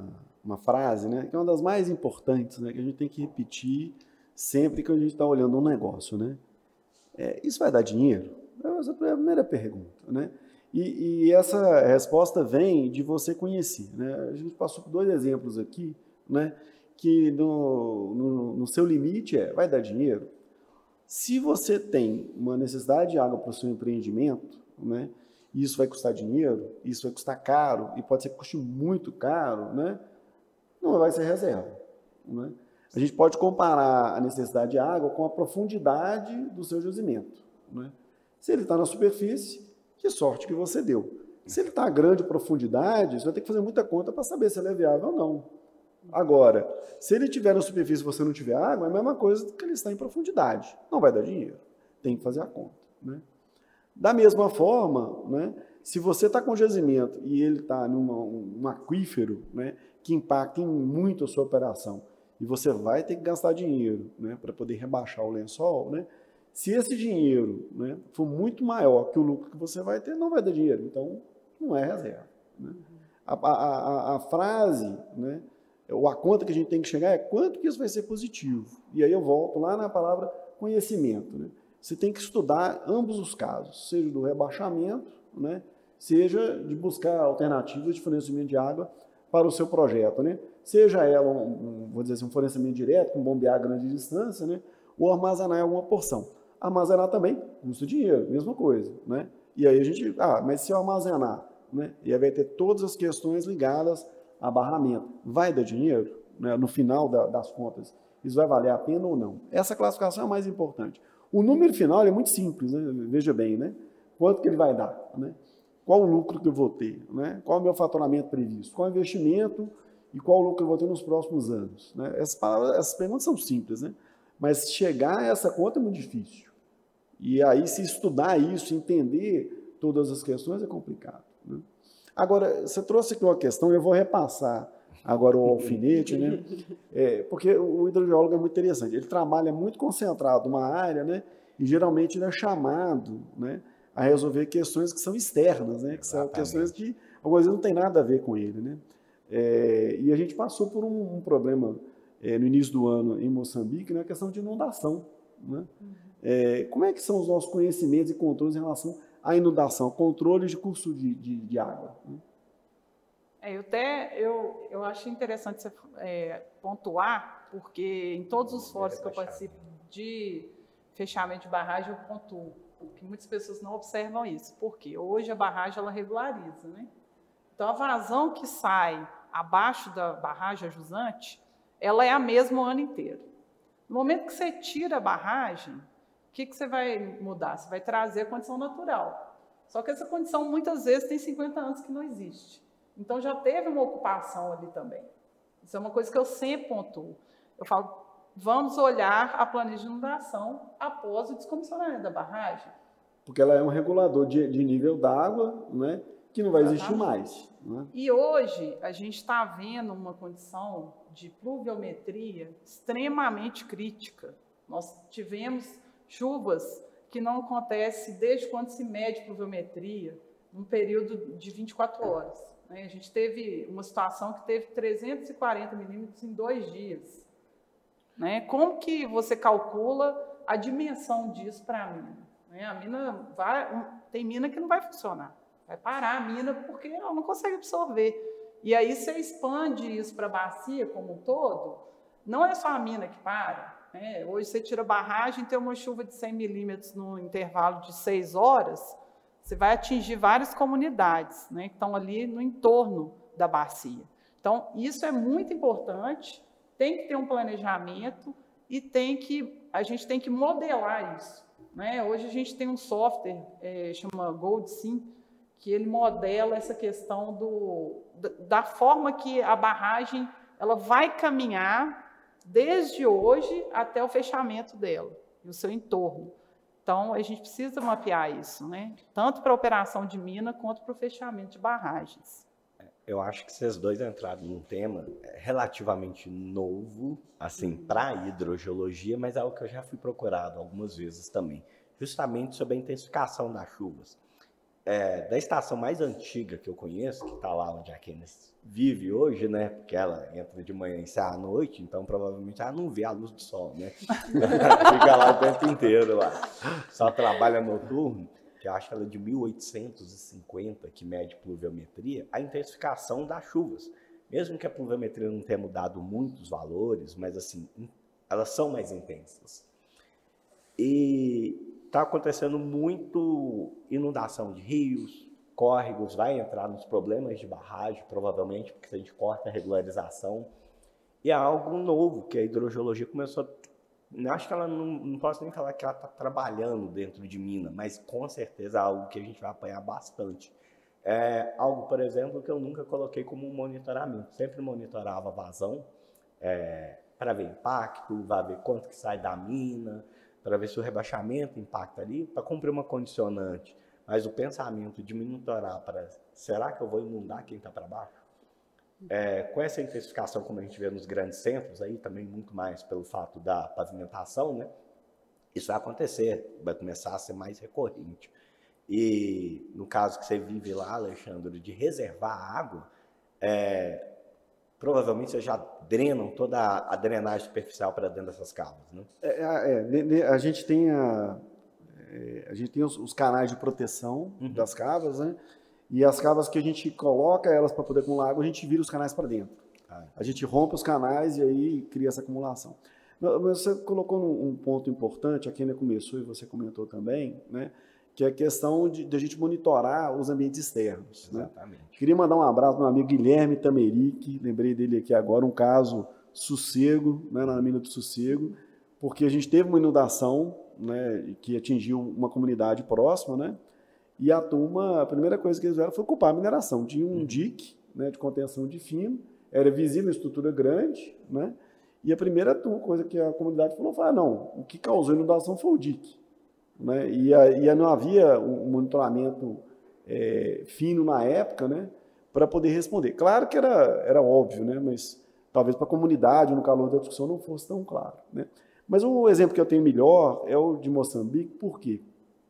frase, né, que é uma das mais importantes, né, que a gente tem que repetir sempre que a gente está olhando um negócio, né? Isso vai dar dinheiro? Essa é a primeira pergunta, né? E essa resposta vem de você conhecer, né? A gente passou por 2 exemplos aqui, né? Que no seu limite vai dar dinheiro? Se você tem uma necessidade de água para o seu empreendimento, né? Isso vai custar dinheiro, isso vai custar caro, e pode ser que custe muito caro, né? Não vai ser reserva, né? A gente pode comparar a necessidade de água com a profundidade do seu jazimento, né? Se ele está na superfície, que sorte que você deu. Se ele está a grande profundidade, você vai ter que fazer muita conta para saber se ele é viável ou não. Agora, se ele estiver na superfície e você não tiver água, é a mesma coisa que ele está em profundidade. Não vai dar dinheiro. Tem que fazer a conta, né? Da mesma forma, né, se você está com jazimento e ele está num aquífero, né, que impacta muito a sua operação, e você vai ter que gastar dinheiro, né, para poder rebaixar o lençol, né, se esse dinheiro, né, for muito maior que o lucro que você vai ter, não vai dar dinheiro. Então, não é reserva, né? A frase, né, ou a conta que a gente tem que chegar é quanto que isso vai ser positivo. E aí eu volto lá na palavra conhecimento, né? Você tem que estudar ambos os casos, seja do rebaixamento, né, seja de buscar alternativas de fornecimento de água para o seu projeto, né? Seja ela, vou dizer assim, um fornecimento direto, com bombear a grande distância, né, ou armazenar em alguma porção. Armazenar também custa dinheiro, mesma coisa, né? E aí a gente, mas se eu armazenar, né, e aí vai ter todas as questões ligadas a barramento, vai dar dinheiro, né, no final das contas? Isso vai valer a pena ou não? Essa classificação é a mais importante. O número final é muito simples, né? Veja bem, né? Quanto que ele vai dar, né? Qual o lucro que eu vou ter, né? Qual é o meu faturamento previsto? Qual é o investimento e qual o lucro que eu vou ter nos próximos anos, né? Essas perguntas são simples, né? Mas chegar a essa conta é muito difícil. E aí, se estudar isso, entender todas as questões, é complicado, né? Agora, você trouxe aqui uma questão, eu vou repassar agora o alfinete, né? Porque o hidrogeólogo é muito interessante. Ele trabalha muito concentrado numa área, né? E geralmente ele é chamado, né, a resolver questões que são externas, né? Que são questões que algumas vezes não tem nada a ver com ele, né? E a gente passou por um problema no início do ano em Moçambique, né? A questão de inundação, né? Como é que são os nossos conhecimentos e controles em relação à inundação, controle de curso de água, né? Eu acho interessante você pontuar, porque em todos os fóruns que eu participo de fechamento de barragem, eu pontuo, porque muitas pessoas não observam isso. Porque hoje a barragem ela regulariza, né? Então a vazão que sai abaixo da barragem a jusante, ela é a mesma o ano inteiro. No momento que você tira a barragem, o que você vai mudar? Você vai trazer a condição natural. Só que essa condição muitas vezes tem 50 anos que não existe. Então, já teve uma ocupação ali também. Isso é uma coisa que eu sempre pontuo. Eu falo, vamos olhar a planilha de inundação após o descomissionamento da barragem. Porque ela é um regulador de nível d'água, né, que não vai existir mais, né? E hoje, a gente está vendo uma condição de pluviometria extremamente crítica. Nós tivemos chuvas que não acontecem desde quando se mede pluviometria, num período de 24 horas. A gente teve uma situação que teve 340 milímetros em 2 dias. Né? Como que você calcula a dimensão disso para a mina? A mina tem mina que não vai funcionar. Vai parar a mina porque ela não consegue absorver. E aí você expande isso para a bacia como um todo, não é só a mina que para, né? Hoje você tira barragem, tem uma chuva de 100 milímetros no intervalo de 6 horas, você vai atingir várias comunidades, né, que estão ali no entorno da bacia. Então, isso é muito importante, tem que ter um planejamento e a gente tem que modelar isso, né? Hoje a gente tem um software, chama GoldSim, que ele modela essa questão da forma que a barragem ela vai caminhar desde hoje até o fechamento dela, e o seu entorno. Então, a gente precisa mapear isso, né? Tanto para a operação de mina, quanto para o fechamento de barragens. Eu acho que vocês dois entraram num tema relativamente novo, assim, para a hidrogeologia, mas é algo que eu já fui procurado algumas vezes também, justamente sobre a intensificação das chuvas. Da estação mais antiga que eu conheço, que está lá onde a Kenes vive hoje, né? Porque ela entra de manhã e sai à noite, então provavelmente ela não vê a luz do sol, né? Fica lá o tempo inteiro lá. Só trabalha noturno, que eu acho que ela é de 1850, que mede pluviometria, a intensificação das chuvas. Mesmo que a pluviometria não tenha mudado muitos valores, mas assim, elas são mais intensas. E está acontecendo muito inundação de rios, córregos, vai entrar nos problemas de barragem, provavelmente, porque a gente corta a regularização. E é algo novo que a hidrogeologia começou a... Acho que ela não posso nem falar que ela está trabalhando dentro de mina, mas com certeza é algo que a gente vai apanhar bastante. É algo, por exemplo, que eu nunca coloquei como um monitoramento. Sempre monitorava a vazão, para ver impacto, vai ver quanto que sai da mina, para ver se o rebaixamento impacta ali, para cumprir uma condicionante. Mas o pensamento de monitorar para, será que eu vou inundar quem está para baixo? Com essa intensificação, como a gente vê nos grandes centros, aí também muito mais pelo fato da pavimentação, né? Isso vai acontecer, vai começar a ser mais recorrente. E no caso que você vive lá, Alexandre, de reservar água, provavelmente vocês já drenam toda a drenagem superficial para dentro dessas cavas, né? A gente tem os canais de proteção das cavas, né? E as cavas que a gente coloca elas para poder acumular água, a gente vira os canais para dentro. A gente rompe os canais e aí cria essa acumulação. Mas você colocou um ponto importante, aqui ainda começou e você comentou também, né? Que é a questão de a gente monitorar os ambientes externos. Exatamente. Né? Queria mandar um abraço para o meu amigo Guilherme Tameric, lembrei dele aqui agora, um caso Sossego, né, na mina do Sossego, porque a gente teve uma inundação, né, que atingiu uma comunidade próxima, né, e a turma, a primeira coisa que eles fizeram foi ocupar a mineração. Tinha um dique, né, de contenção de fino, era visível uma estrutura grande, né, e a primeira coisa que a comunidade falou foi, não, o que causou a inundação foi o dique. Né, e não havia um monitoramento fino na época, né, para poder responder. Claro que era óbvio, né, mas talvez para a comunidade, no calor da discussão, não fosse tão claro. Né. Mas o exemplo que eu tenho melhor é o de Moçambique, por quê?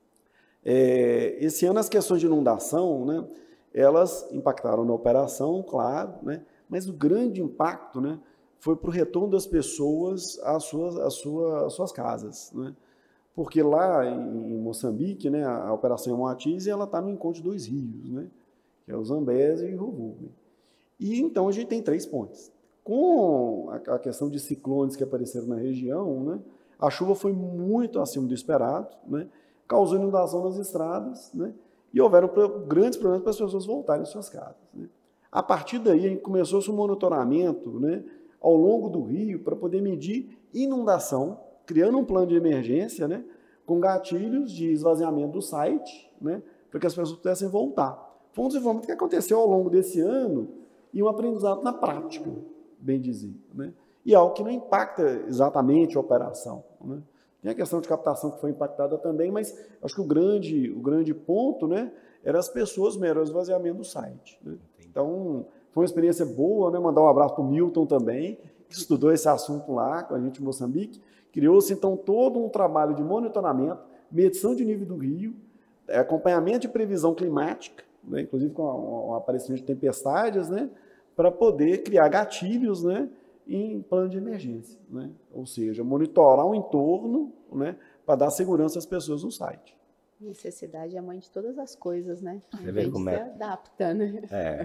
Esse ano as questões de inundação, né, elas impactaram na operação, claro, né, mas o grande impacto, né, foi para o retorno das pessoas às suas casas. Né. Porque lá em Moçambique, né, a operação Moatize, ela está no encontro de dois rios, né, que é o Zambeze e o Rovuma. E então a gente tem 3 pontes. Com a questão de ciclones que apareceram na região, né, a chuva foi muito acima do esperado, né, causou inundação nas estradas, né, e houveram grandes problemas para as pessoas voltarem às suas casas. Né. A partir daí, a gente começou o monitoramento, né, ao longo do rio para poder medir inundação, criando um plano de emergência, né, com gatilhos de esvaziamento do site, né, para que as pessoas pudessem voltar. Foi um desenvolvimento que aconteceu ao longo desse ano e um aprendizado na prática, bem dizer. Né, e algo que não impacta exatamente a operação. Né. Tem a questão de captação que foi impactada também, mas acho que o grande ponto, né, era as pessoas mesmo, era o esvaziamento do site. Né. Então, foi uma experiência boa, né, mandar um abraço para o Milton também, que estudou esse assunto lá com a gente em Moçambique. Criou-se, então, todo um trabalho de monitoramento, medição de nível do rio, acompanhamento de previsão climática, né, inclusive com o aparecimento de tempestades, né, para poder criar gatilhos, né, em plano de emergência. Né, ou seja, monitorar o entorno, né, para dar segurança às pessoas no site. Necessidade é a mãe de todas as coisas, né? Você vê como se é. adapta, né?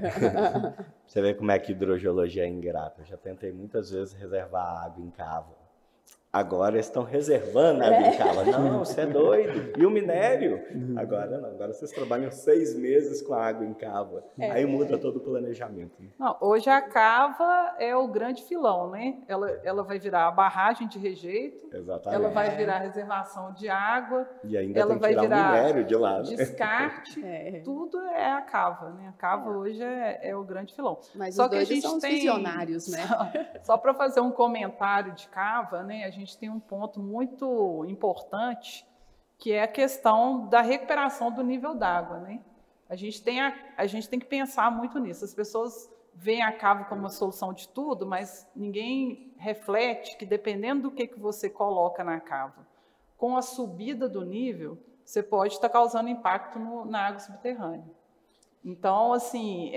Você vê como é que hidrogeologia é ingrata. Eu já tentei muitas vezes reservar água em cava. Agora eles estão reservando água em cava. Não, você é doido. E o minério? Agora não. Agora vocês trabalham 6 meses com a água em cava. Aí muda todo o planejamento. Não, hoje a cava é o grande filão, né? Ela vai virar a barragem de rejeito, Exatamente. ela vai virar reservação de água, E ainda ela tem que vai tirar o virar minério de lá. Né? descarte, tudo é a cava, né? A cava hoje é o grande filão. Mas Só os que a dois gente são os tem visionários, né? Só para fazer um comentário de cava, né? A gente tem um ponto muito importante, que é a questão da recuperação do nível d'água, né? A gente tem que pensar muito nisso. As pessoas veem a cava como uma solução de tudo, mas ninguém reflete que, dependendo do que você coloca na cava, com a subida do nível, você pode estar causando impacto na água subterrânea. Então, assim,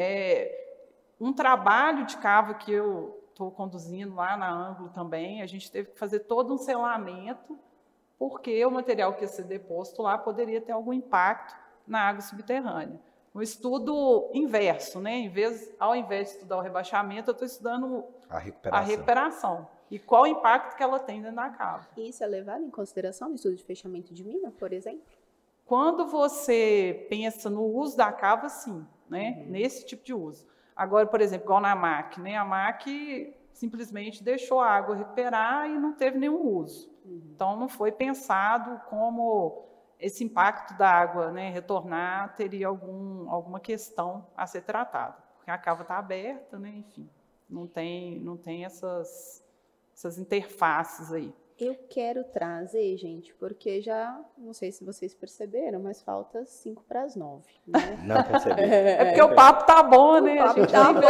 um trabalho de cava que eu estou conduzindo lá na Ângulo também, a gente teve que fazer todo um selamento, porque o material que ia ser deposto lá poderia ter algum impacto na água subterrânea. Um estudo inverso, né? Ao invés de estudar o rebaixamento, eu estou estudando a recuperação. E qual o impacto que ela tem dentro da cava. Isso é levado em consideração no estudo de fechamento de mina, por exemplo? Quando você pensa no uso da cava, sim, né? Nesse tipo de uso. Agora, por exemplo, igual na MAC, né? A MAC simplesmente deixou a água recuperar e não teve nenhum uso. Então, não foi pensado como esse impacto da água, né, retornar teria alguma questão a ser tratada. Porque a cava está aberta, né? Enfim, não tem essas interfaces aí. Eu quero trazer, gente, porque já, não sei se vocês perceberam, mas falta 8:55, né? Não percebi. É porque o papo tá bom, né? A gente tá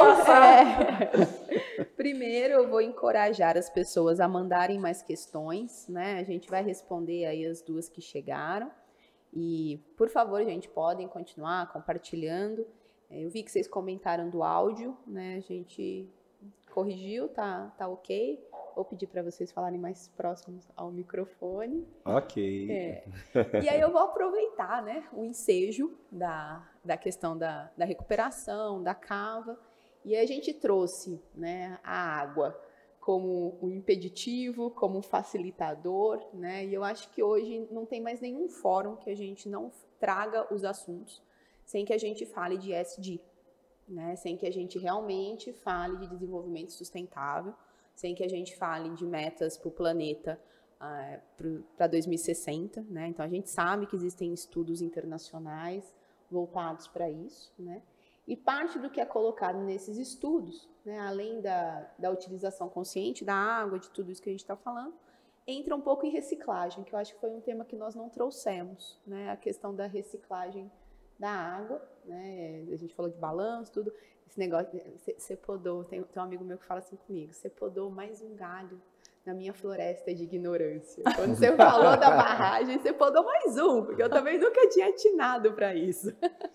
bom. Primeiro, eu vou encorajar as pessoas a mandarem mais questões, né? A gente vai responder aí as 2 que chegaram. E, por favor, gente, podem continuar compartilhando. Eu vi que vocês comentaram do áudio, né? A gente corrigiu, tá ok. Vou pedir para vocês falarem mais próximos ao microfone. Ok. E aí eu vou aproveitar, né, o ensejo da questão da recuperação, da cava. E a gente trouxe, né, a água como um impeditivo, como um facilitador, né? E eu acho que hoje não tem mais nenhum fórum que a gente não traga os assuntos sem que a gente fale de ESG, né? Sem que a gente realmente fale de desenvolvimento sustentável, sem que a gente fale de metas para o planeta para 2060, né? Então, a gente sabe que existem estudos internacionais voltados para isso, né? E parte do que é colocado nesses estudos, né, além da utilização consciente da água, de tudo isso que a gente está falando, entra um pouco em reciclagem, que eu acho que foi um tema que nós não trouxemos, né? A questão da reciclagem da água, né? A gente falou de balanço, tudo. Esse negócio, você podou, tem um amigo meu que fala assim comigo, você podou mais um galho na minha floresta de ignorância. Quando você falou da barragem, você podou mais um, porque eu também nunca tinha atinado para isso.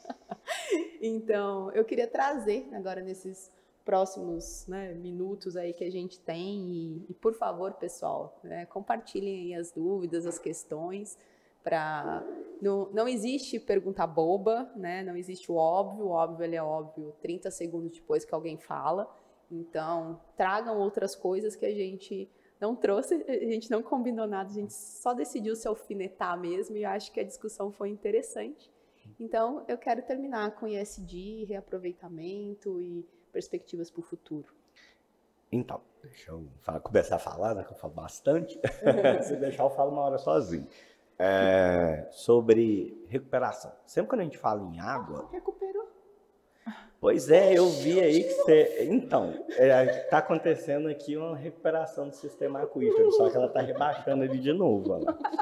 Então, eu queria trazer agora nesses próximos, né, minutos aí que a gente tem e por favor, pessoal, né, compartilhem aí as dúvidas, as questões. Não existe pergunta boba, né? Não existe o óbvio ele é óbvio 30 segundos depois que alguém fala. Então, tragam outras coisas que a gente não trouxe, a gente não combinou nada, a gente só decidiu se alfinetar mesmo e eu acho que a discussão foi interessante. Então, eu quero terminar com ESG, reaproveitamento e perspectivas para o futuro. Então, deixa eu começar a falar, né, que eu falo bastante. Se deixar, eu falo uma hora sozinho. Sobre recuperação. Sempre quando a gente fala em água... Recuperou. Pois é, eu vi aí que você... Então, está acontecendo aqui uma recuperação do sistema aquífero, só que ela está rebaixando ali de novo.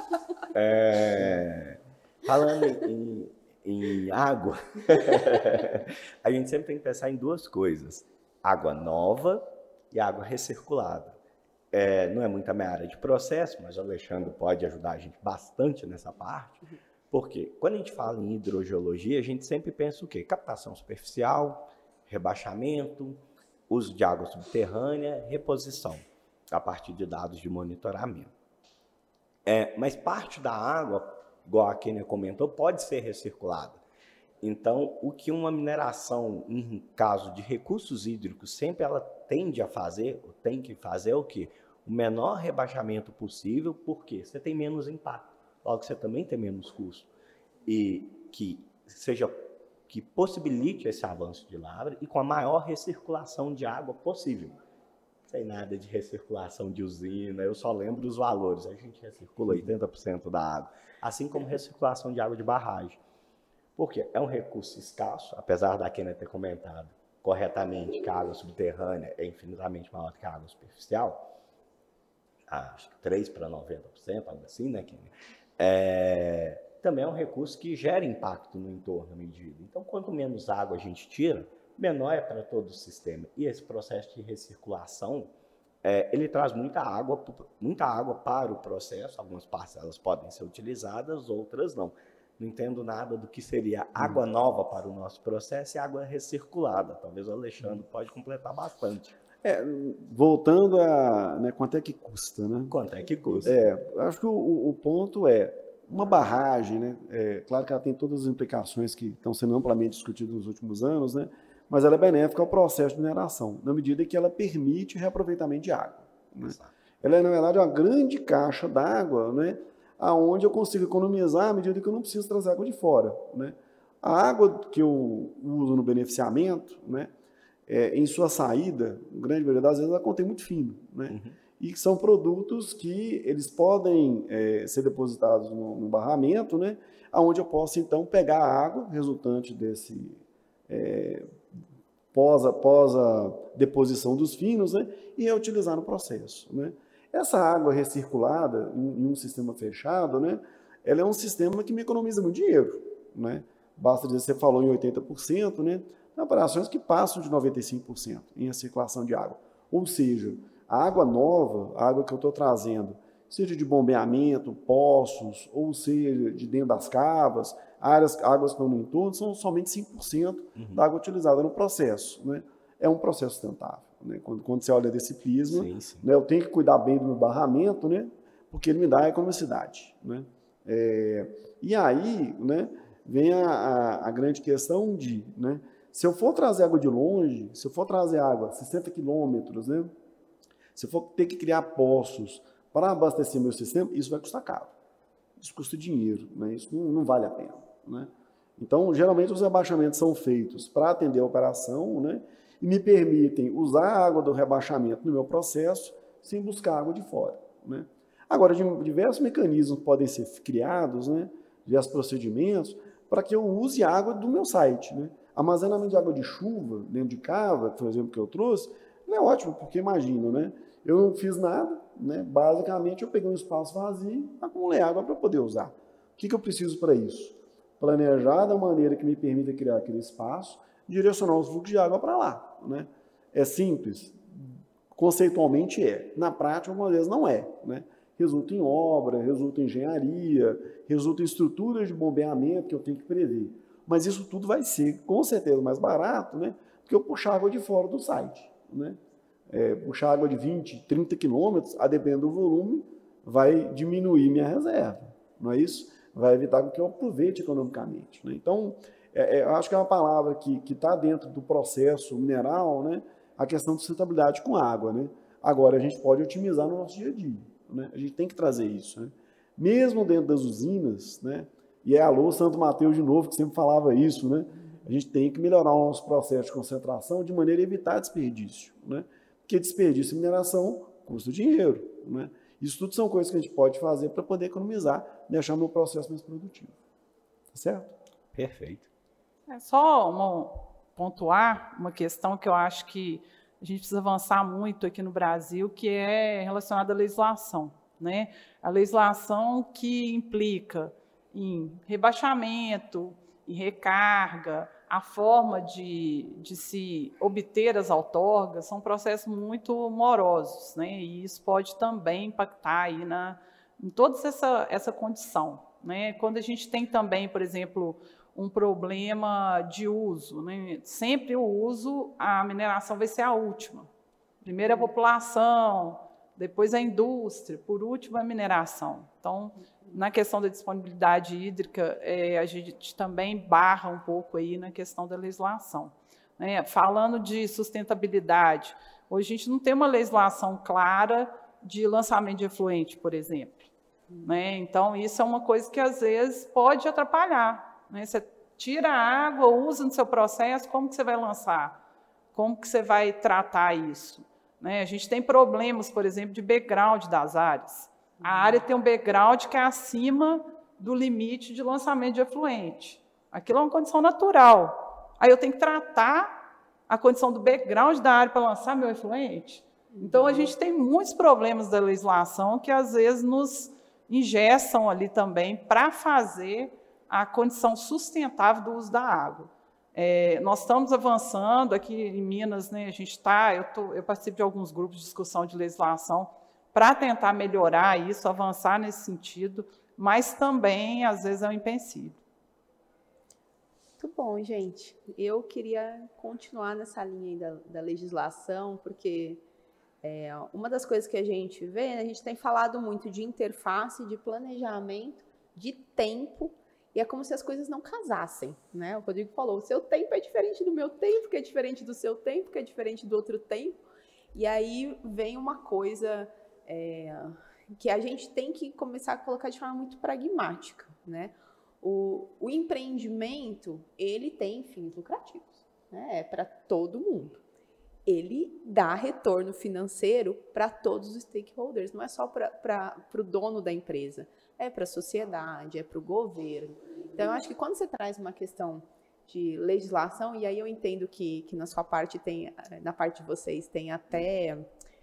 Falando em água, a gente sempre tem que pensar em 2 coisas. Água nova e água recirculada. Não é muito a minha área de processo, mas o Alexandre pode ajudar a gente bastante nessa parte. Porque quando a gente fala em hidrogeologia, a gente sempre pensa o quê? Captação superficial, rebaixamento, uso de água subterrânea, reposição, a partir de dados de monitoramento. Mas parte da água igual a Kênia comentou, pode ser recirculada. Então, o que uma mineração, em caso de recursos hídricos, sempre ela tende a fazer, ou tem que fazer, é o quê? O menor rebaixamento possível, porque você tem menos impacto, logo você também tem menos custo. E que possibilite esse avanço de lavra e com a maior recirculação de água possível. Sem nada de recirculação de usina, eu só lembro os valores. A gente recircula 80% da água, assim como recirculação de água de barragem. Porque é um recurso escasso, apesar da Kênia ter comentado corretamente que a água subterrânea é infinitamente maior que a água superficial, acho que 3 para 90%, algo assim, né, Kênia? Também é um recurso que gera impacto no entorno à medida. Então, quanto menos água a gente tira, menor é para todo o sistema. E esse processo de recirculação, ele traz muita água para o processo. Algumas parcelas podem ser utilizadas, outras não. Não entendo nada do que seria água nova para o nosso processo e água recirculada. Talvez o Alexandre pode completar bastante. Voltando a, né, quanto é que custa, né? Quanto é que custa? Acho que o ponto é, uma barragem, né? Claro que ela tem todas as implicações que estão sendo amplamente discutidas nos últimos anos, né? Mas ela é benéfica ao processo de mineração, na medida que ela permite reaproveitamento de água, né? Ela é, na verdade, uma grande caixa d'água, né? Onde eu consigo economizar à medida que eu não preciso trazer água de fora, né? A água que eu uso no beneficiamento, né? Em sua saída, grande maioria das vezes, ela contém muito fino, né? E são produtos que eles podem ser depositados no barramento, né? Onde eu posso, então, pegar a água resultante desse pós a deposição dos finos, né? E reutilizar no processo, né? Essa água recirculada em um sistema fechado, né? Ela é um sistema que me economiza muito dinheiro, né? Basta dizer, você falou em 80%, né? Tem operações que passam de 95% em recirculação de água. Ou seja, a água nova, a água que eu estou trazendo, seja de bombeamento, poços, ou seja, de dentro das cavas, águas que estão no entorno, são somente 5% da água utilizada no processo, né? É um processo sustentável, né? Quando você olha desse prisma, sim. Né, eu tenho que cuidar bem do meu barramento, né? Porque ele me dá a economicidade, né? E aí, né, vem a grande questão de, né, se eu for trazer água de longe, se eu for trazer água 60 quilômetros, né, se eu for ter que criar poços para abastecer meu sistema, isso vai custar caro. Isso custa dinheiro, né? Isso não vale a pena, né? Então, geralmente, os rebaixamentos são feitos para atender a operação, né? E me permitem usar a água do rebaixamento no meu processo sem buscar água de fora, né? Agora, diversos mecanismos podem ser criados, né? Diversos procedimentos para que eu use a água do meu site, né? Armazenamento de água de chuva dentro de cava, por exemplo, que eu trouxe, não é ótimo, porque imagina, né? Eu não fiz nada, né? Basicamente, eu peguei um espaço vazio, acumulei água para poder usar. O que eu preciso para isso? Planejar da maneira que me permita criar aquele espaço, direcionar os fluxos de água para lá, né? É simples? Conceitualmente é. Na prática, algumas vezes não é, né? Resulta em obra, resulta em engenharia, resulta em estruturas de bombeamento que eu tenho que prever. Mas isso tudo vai ser, com certeza, mais barato, né? Porque eu puxar água de fora do site, né? Puxar água de 20, 30 quilômetros, a depender do volume, vai diminuir minha reserva, não é isso? Vai evitar que eu aproveite economicamente, né? Então, eu acho que é uma palavra que está dentro do processo mineral, né? A questão de sustentabilidade com água, né? Agora, a gente pode otimizar no nosso dia a dia, né? A gente tem que trazer isso, né? Mesmo dentro das usinas, né? E alô, Santo Mateus de novo, que sempre falava isso, né? A gente tem que melhorar o nosso processo de concentração de maneira a evitar desperdício, né? Porque desperdício e mineração custa dinheiro, né? Isso tudo são coisas que a gente pode fazer para poder economizar, deixar o meu processo mais produtivo. Tá certo? Perfeito. Só pontuar uma questão que eu acho que a gente precisa avançar muito aqui no Brasil, que é relacionada à legislação, né? A legislação que implica em rebaixamento, em recarga, a forma de se obter as outorgas são processos muito morosos, né? E isso pode também impactar aí em toda essa condição, né? Quando a gente tem também, por exemplo, um problema de uso, né? Sempre o uso, a mineração vai ser a última. Primeiro a população, depois a indústria, por último a mineração. Então, na questão da disponibilidade hídrica, a gente também barra um pouco aí na questão da legislação. Né? Falando de sustentabilidade, hoje a gente não tem uma legislação clara de lançamento de efluente, por exemplo. Né? Então, isso é uma coisa que, às vezes, pode atrapalhar. Né? Você tira a água, usa no seu processo, como que você vai lançar? Como que você vai tratar isso? Né? A gente tem problemas, por exemplo, de background das áreas. A área tem um background que é acima do limite de lançamento de efluente. Aquilo é uma condição natural. Aí eu tenho que tratar a condição do background da área para lançar meu efluente. Então, a gente tem muitos problemas da legislação que, às vezes, nos engessam ali também para fazer a condição sustentável do uso da água. Nós estamos avançando aqui em Minas, né, a gente está, eu participo de alguns grupos de discussão de legislação para tentar melhorar isso, avançar nesse sentido, mas também, às vezes, é um empecilho. Muito bom, gente. Eu queria continuar nessa linha aí da legislação, porque uma das coisas que a gente vê, a gente tem falado muito de interface, de planejamento, de tempo, e é como se as coisas não casassem, né? O Rodrigo falou, o seu tempo é diferente do meu tempo, que é diferente do seu tempo, que é diferente do outro tempo, e aí vem uma coisa que a gente tem que começar a colocar de forma muito pragmática, né? O empreendimento, ele tem fins lucrativos, né? É para todo mundo. Ele dá retorno financeiro para todos os stakeholders, não é só para o dono da empresa, é para a sociedade, é para o governo. Então, eu acho que quando você traz uma questão de legislação, e aí eu entendo que na sua parte tem, na parte de vocês, tem até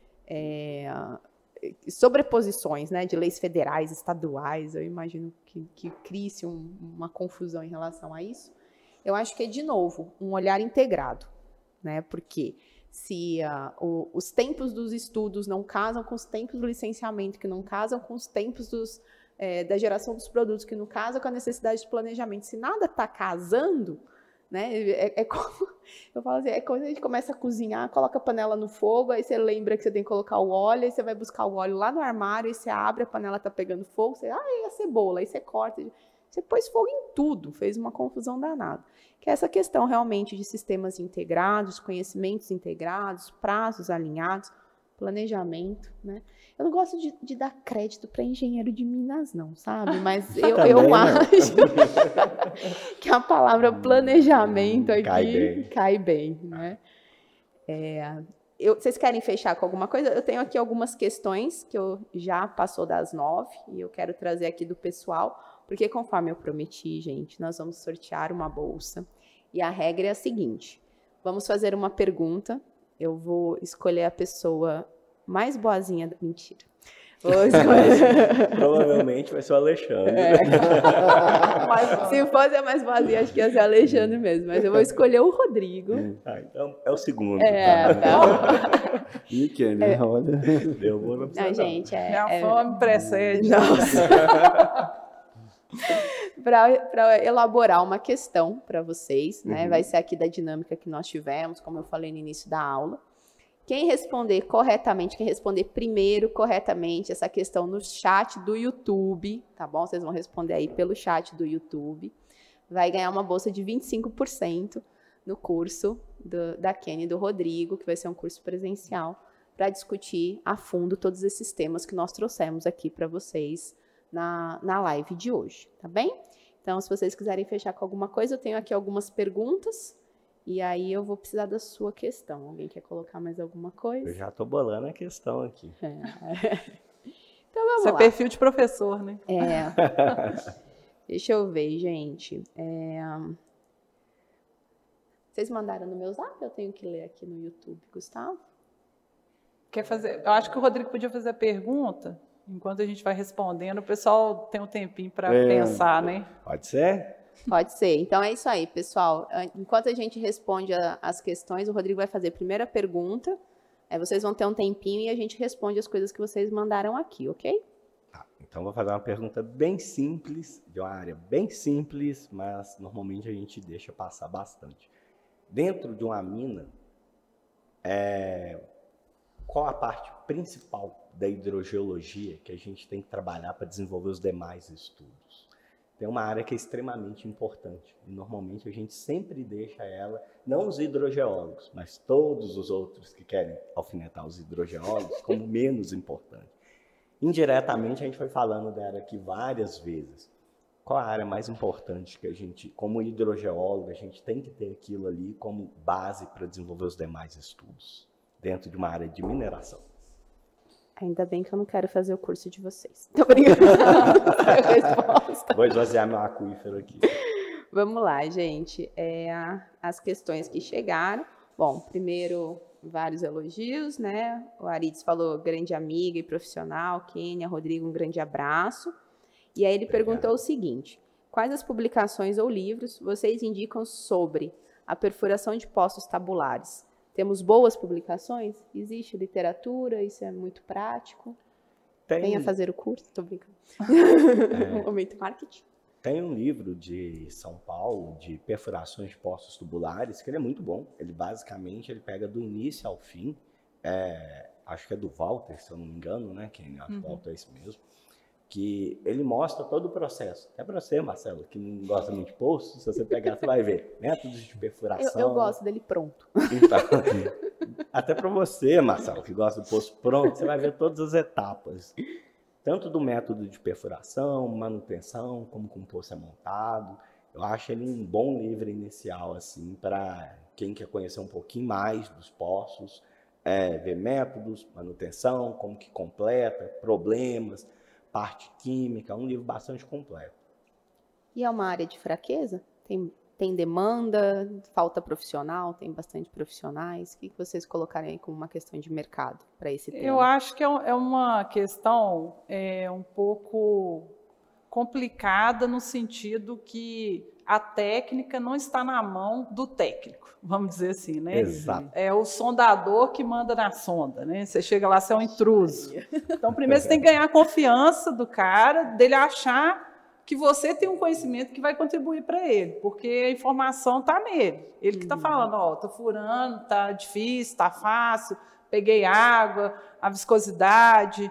sobreposições, né, de leis federais, estaduais, eu imagino que crie-se uma confusão em relação a isso. Eu acho que é, de novo, um olhar integrado, né, porque se os tempos dos estudos não casam com os tempos do licenciamento, que não casam com os tempos da geração dos produtos, que não casam com a necessidade de planejamento, se nada está casando, né, como, eu falo assim, quando a gente começa a cozinhar, coloca a panela no fogo, aí você lembra que você tem que colocar o óleo, aí você vai buscar o óleo lá no armário, aí você abre, a panela está pegando fogo, você, e a cebola, aí você corta, você pôs fogo em tudo, fez uma confusão danada. Que é essa questão realmente de sistemas integrados, conhecimentos integrados, prazos alinhados, planejamento, né? Eu não gosto de dar crédito para engenheiro de Minas, não, sabe? Mas eu acho que a palavra planejamento aqui cai bem, né? Vocês querem fechar com alguma coisa? Eu tenho aqui algumas questões que eu já passou das 9 e eu quero trazer aqui do pessoal, porque conforme eu prometi, gente, nós vamos sortear uma bolsa. E a regra é a seguinte, vamos fazer uma pergunta, eu vou escolher a pessoa mais boazinha, mentira. Provavelmente vai ser o Alexandre. Mas, se fosse a mais boazinha, acho que ia ser o Alexandre mesmo. Mas eu vou escolher o Rodrigo. Então é o segundo. Tá. E que, né? Olha. Eu vou não precisar. Gente, a fome precede. Nossa. Para elaborar uma questão para vocês, né? Vai ser aqui da dinâmica que nós tivemos, como eu falei no início da aula. Quem responder corretamente, quem responder primeiro corretamente essa questão no chat do YouTube, tá bom? Vocês vão responder aí pelo chat do YouTube, vai ganhar uma bolsa de 25% no curso da Kenny e do Rodrigo, que vai ser um curso presencial, para discutir a fundo todos esses temas que nós trouxemos aqui para vocês na live de hoje, tá bem? Então, se vocês quiserem fechar com alguma coisa, eu tenho aqui algumas perguntas. E aí eu vou precisar da sua questão. Alguém quer colocar mais alguma coisa? Eu já estou bolando a questão aqui. Então vamos lá. Isso é perfil de professor, né? Deixa eu ver, gente. Vocês mandaram no meu zap? Eu tenho que ler aqui no YouTube, Gustavo? Quer fazer? Eu acho que o Rodrigo podia fazer a pergunta. Enquanto a gente vai respondendo, o pessoal tem um tempinho para pensar, né? Pode ser? Pode ser. Então é isso aí, pessoal. Enquanto a gente responde as questões, o Rodrigo vai fazer a primeira pergunta. Aí vocês vão ter um tempinho e a gente responde as coisas que vocês mandaram aqui, ok? Então vou fazer uma pergunta bem simples, de uma área bem simples, mas normalmente a gente deixa passar bastante. Dentro de uma mina, qual a parte principal da hidrogeologia que a gente tem que trabalhar para desenvolver os demais estudos? Tem uma área que é extremamente importante e normalmente a gente sempre deixa ela, não os hidrogeólogos, mas todos os outros que querem alfinetar os hidrogeólogos como menos importante. Indiretamente a gente foi falando dela aqui várias vezes. Qual a área mais importante que a gente, como hidrogeólogo, a gente tem que ter aquilo ali como base para desenvolver os demais estudos dentro de uma área de mineração? Ainda bem que eu não quero fazer o curso de vocês. Tô brincando. Vou esvaziar meu aquífero aqui. Vamos lá, gente. As questões que chegaram. Bom, primeiro, vários elogios, né? O Arides falou grande amiga e profissional. Kênia, Rodrigo, um grande abraço. E aí ele perguntou o seguinte: quais as publicações ou livros vocês indicam sobre a perfuração de poços tabulares? Temos boas publicações? Existe literatura? Isso é muito prático? Venha fazer o curso. Estou brincando. Momento marketing. Tem um livro de São Paulo, de perfurações de poços tubulares, que ele é muito bom. Ele basicamente pega do início ao fim. Acho que é do Walter, se eu não me engano, né? Quem acho que o Walter é esse mesmo. Que ele mostra todo o processo. Até para você, Marcelo, que não gosta muito de poço, se você pegar, você vai ver métodos de perfuração. Eu gosto dele pronto. Então, até para você, Marcelo, que gosta do poço pronto, você vai ver todas as etapas. Tanto do método de perfuração, manutenção, como o poço é montado. Eu acho ele um bom livro inicial, assim, para quem quer conhecer um pouquinho mais dos poços, ver métodos, manutenção, como que completa, problemas, parte química, um livro bastante completo. E é uma área de fraqueza? Tem demanda, falta profissional, tem bastante profissionais? O que vocês colocarem aí como uma questão de mercado para esse tema? Eu acho que é uma questão um pouco complicada no sentido que a técnica não está na mão do técnico, vamos dizer assim, né? Exato. É o sondador que manda na sonda, né? Você chega lá, você é um intruso. Então, primeiro você tem que ganhar a confiança do cara, dele achar que você tem um conhecimento que vai contribuir para ele, porque a informação está nele. Ele que está falando, ó, estou furando, está difícil, está fácil, peguei água, a viscosidade,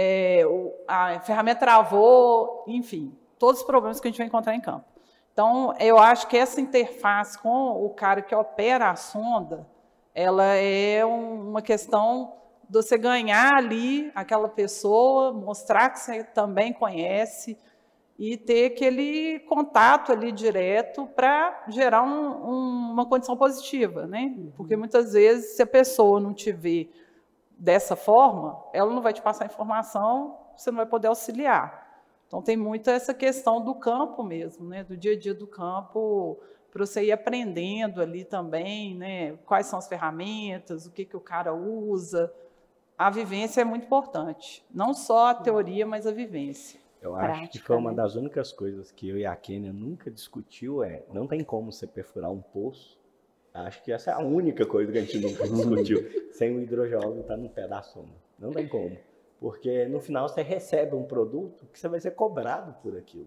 a ferramenta travou, enfim, todos os problemas que a gente vai encontrar em campo. Então, eu acho que essa interface com o cara que opera a sonda, ela é uma questão de você ganhar ali aquela pessoa, mostrar que você também conhece e ter aquele contato ali direto para gerar uma condição positiva, né? Porque muitas vezes, se a pessoa não te vê dessa forma, ela não vai te passar informação, você não vai poder auxiliar. Então, tem muito essa questão do campo mesmo, né? Do dia a dia do campo, para você ir aprendendo ali também, né? Quais são as ferramentas, o que o cara usa. A vivência é muito importante. Não só a teoria, mas a vivência. Eu acho que foi uma das únicas coisas que eu e a Kênia nunca discutiu, não tem como você perfurar um poço. Acho que essa é a única coisa que a gente nunca discutiu, sem o hidrogeólogo estar no pé da sonda. Não tem como. Porque no final você recebe um produto que você vai ser cobrado por aquilo.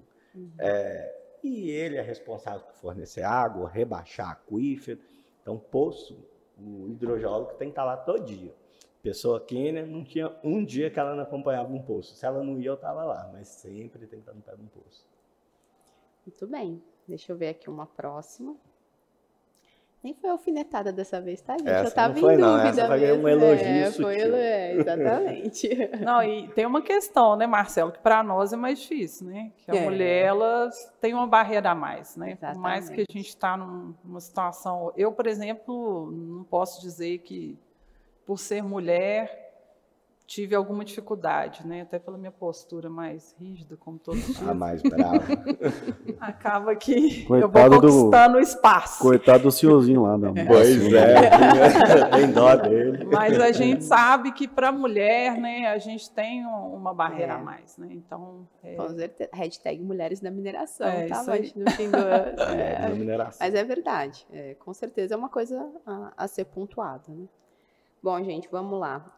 E ele é responsável por fornecer água, rebaixar aquífero. Então, poço, o hidrogeólogo tem que estar lá todo dia. Pessoa Kênia, não tinha um dia que ela não acompanhava um poço. Se ela não ia, eu estava lá, mas sempre tem que estar no pé de um poço. Muito bem. Deixa eu ver aqui uma próxima. Nem foi alfinetada dessa vez, tá, gente? Essa eu tava não foi, em não. dúvida Essa foi mesmo. um elogio sutil. Exatamente. Não, e tem uma questão, né, Marcelo, que para nós é mais difícil, né? Que a mulher, ela tem uma barreira a mais, né? Exatamente. Por mais que a gente está numa situação... Eu, por exemplo, não posso dizer que, por ser mulher, tive alguma dificuldade, né? Até pela minha postura mais rígida, como todos dizem. A mais brava. Acaba que Coitado eu vou conquistando o espaço. Coitado do senhorzinho lá. Pois tem dó dele. Mas a gente sabe que para a mulher, né, a gente tem uma barreira a mais, né? Então, Com certeza. Hashtag mulheres na mineração, tá? Isso aí. Mas no fim do ano. Na mineração. Mas é verdade. Com certeza é uma coisa a ser pontuada, né? Bom, gente, vamos lá.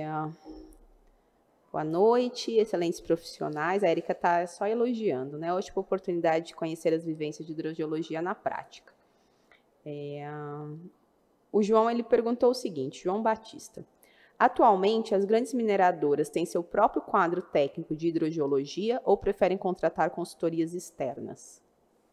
Boa noite, excelentes profissionais. A Érica está só elogiando, né? Ótima oportunidade de conhecer as vivências de hidrogeologia na prática. O João, ele perguntou o seguinte, João Batista. Atualmente, as grandes mineradoras têm seu próprio quadro técnico de hidrogeologia ou preferem contratar consultorias externas?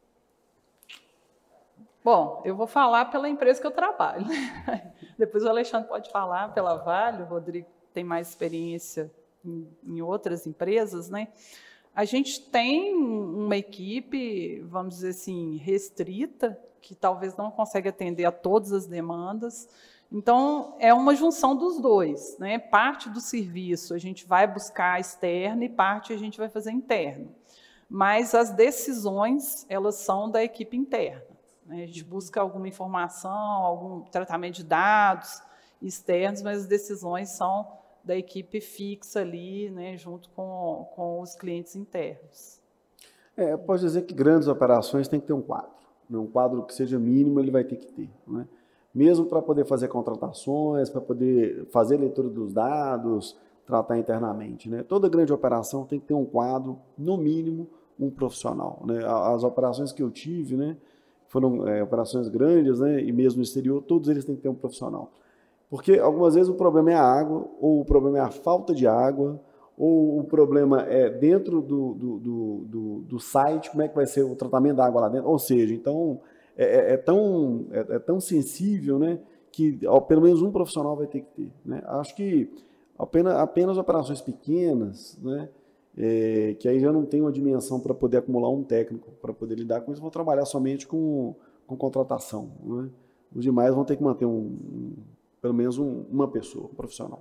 Bom, eu vou falar pela empresa que eu trabalho. Depois o Alexandre pode falar pela Vale, o Rodrigo tem mais experiência em outras empresas, né? A gente tem uma equipe, vamos dizer assim, restrita, que talvez não consegue atender a todas as demandas. Então, é uma junção dos dois, né? Parte do serviço a gente vai buscar externo e parte a gente vai fazer interno. Mas as decisões, elas são da equipe interna. A gente busca alguma informação, algum tratamento de dados externos, mas as decisões são da equipe fixa ali, né, junto com os clientes internos. Pode dizer que grandes operações têm que ter um quadro. Né? Um quadro que seja mínimo, ele vai ter que ter. Né? Mesmo para poder fazer contratações, para poder fazer leitura dos dados, tratar internamente. Né? Toda grande operação tem que ter um quadro, no mínimo, um profissional. Né? As operações que eu tive, né, foram operações grandes, né, e mesmo no exterior, todos eles têm que ter um profissional. Porque algumas vezes o problema é a água, ou o problema é a falta de água, ou o problema é dentro do site, como é que vai ser o tratamento da água lá dentro. Ou seja, então é tão sensível, né, que pelo menos um profissional vai ter que ter. Né? Acho que apenas operações pequenas, né, que aí já não tem uma dimensão para poder acumular um técnico, para poder lidar com isso, vão trabalhar somente com contratação. Né? Os demais vão ter que manter pelo menos uma pessoa, um profissional.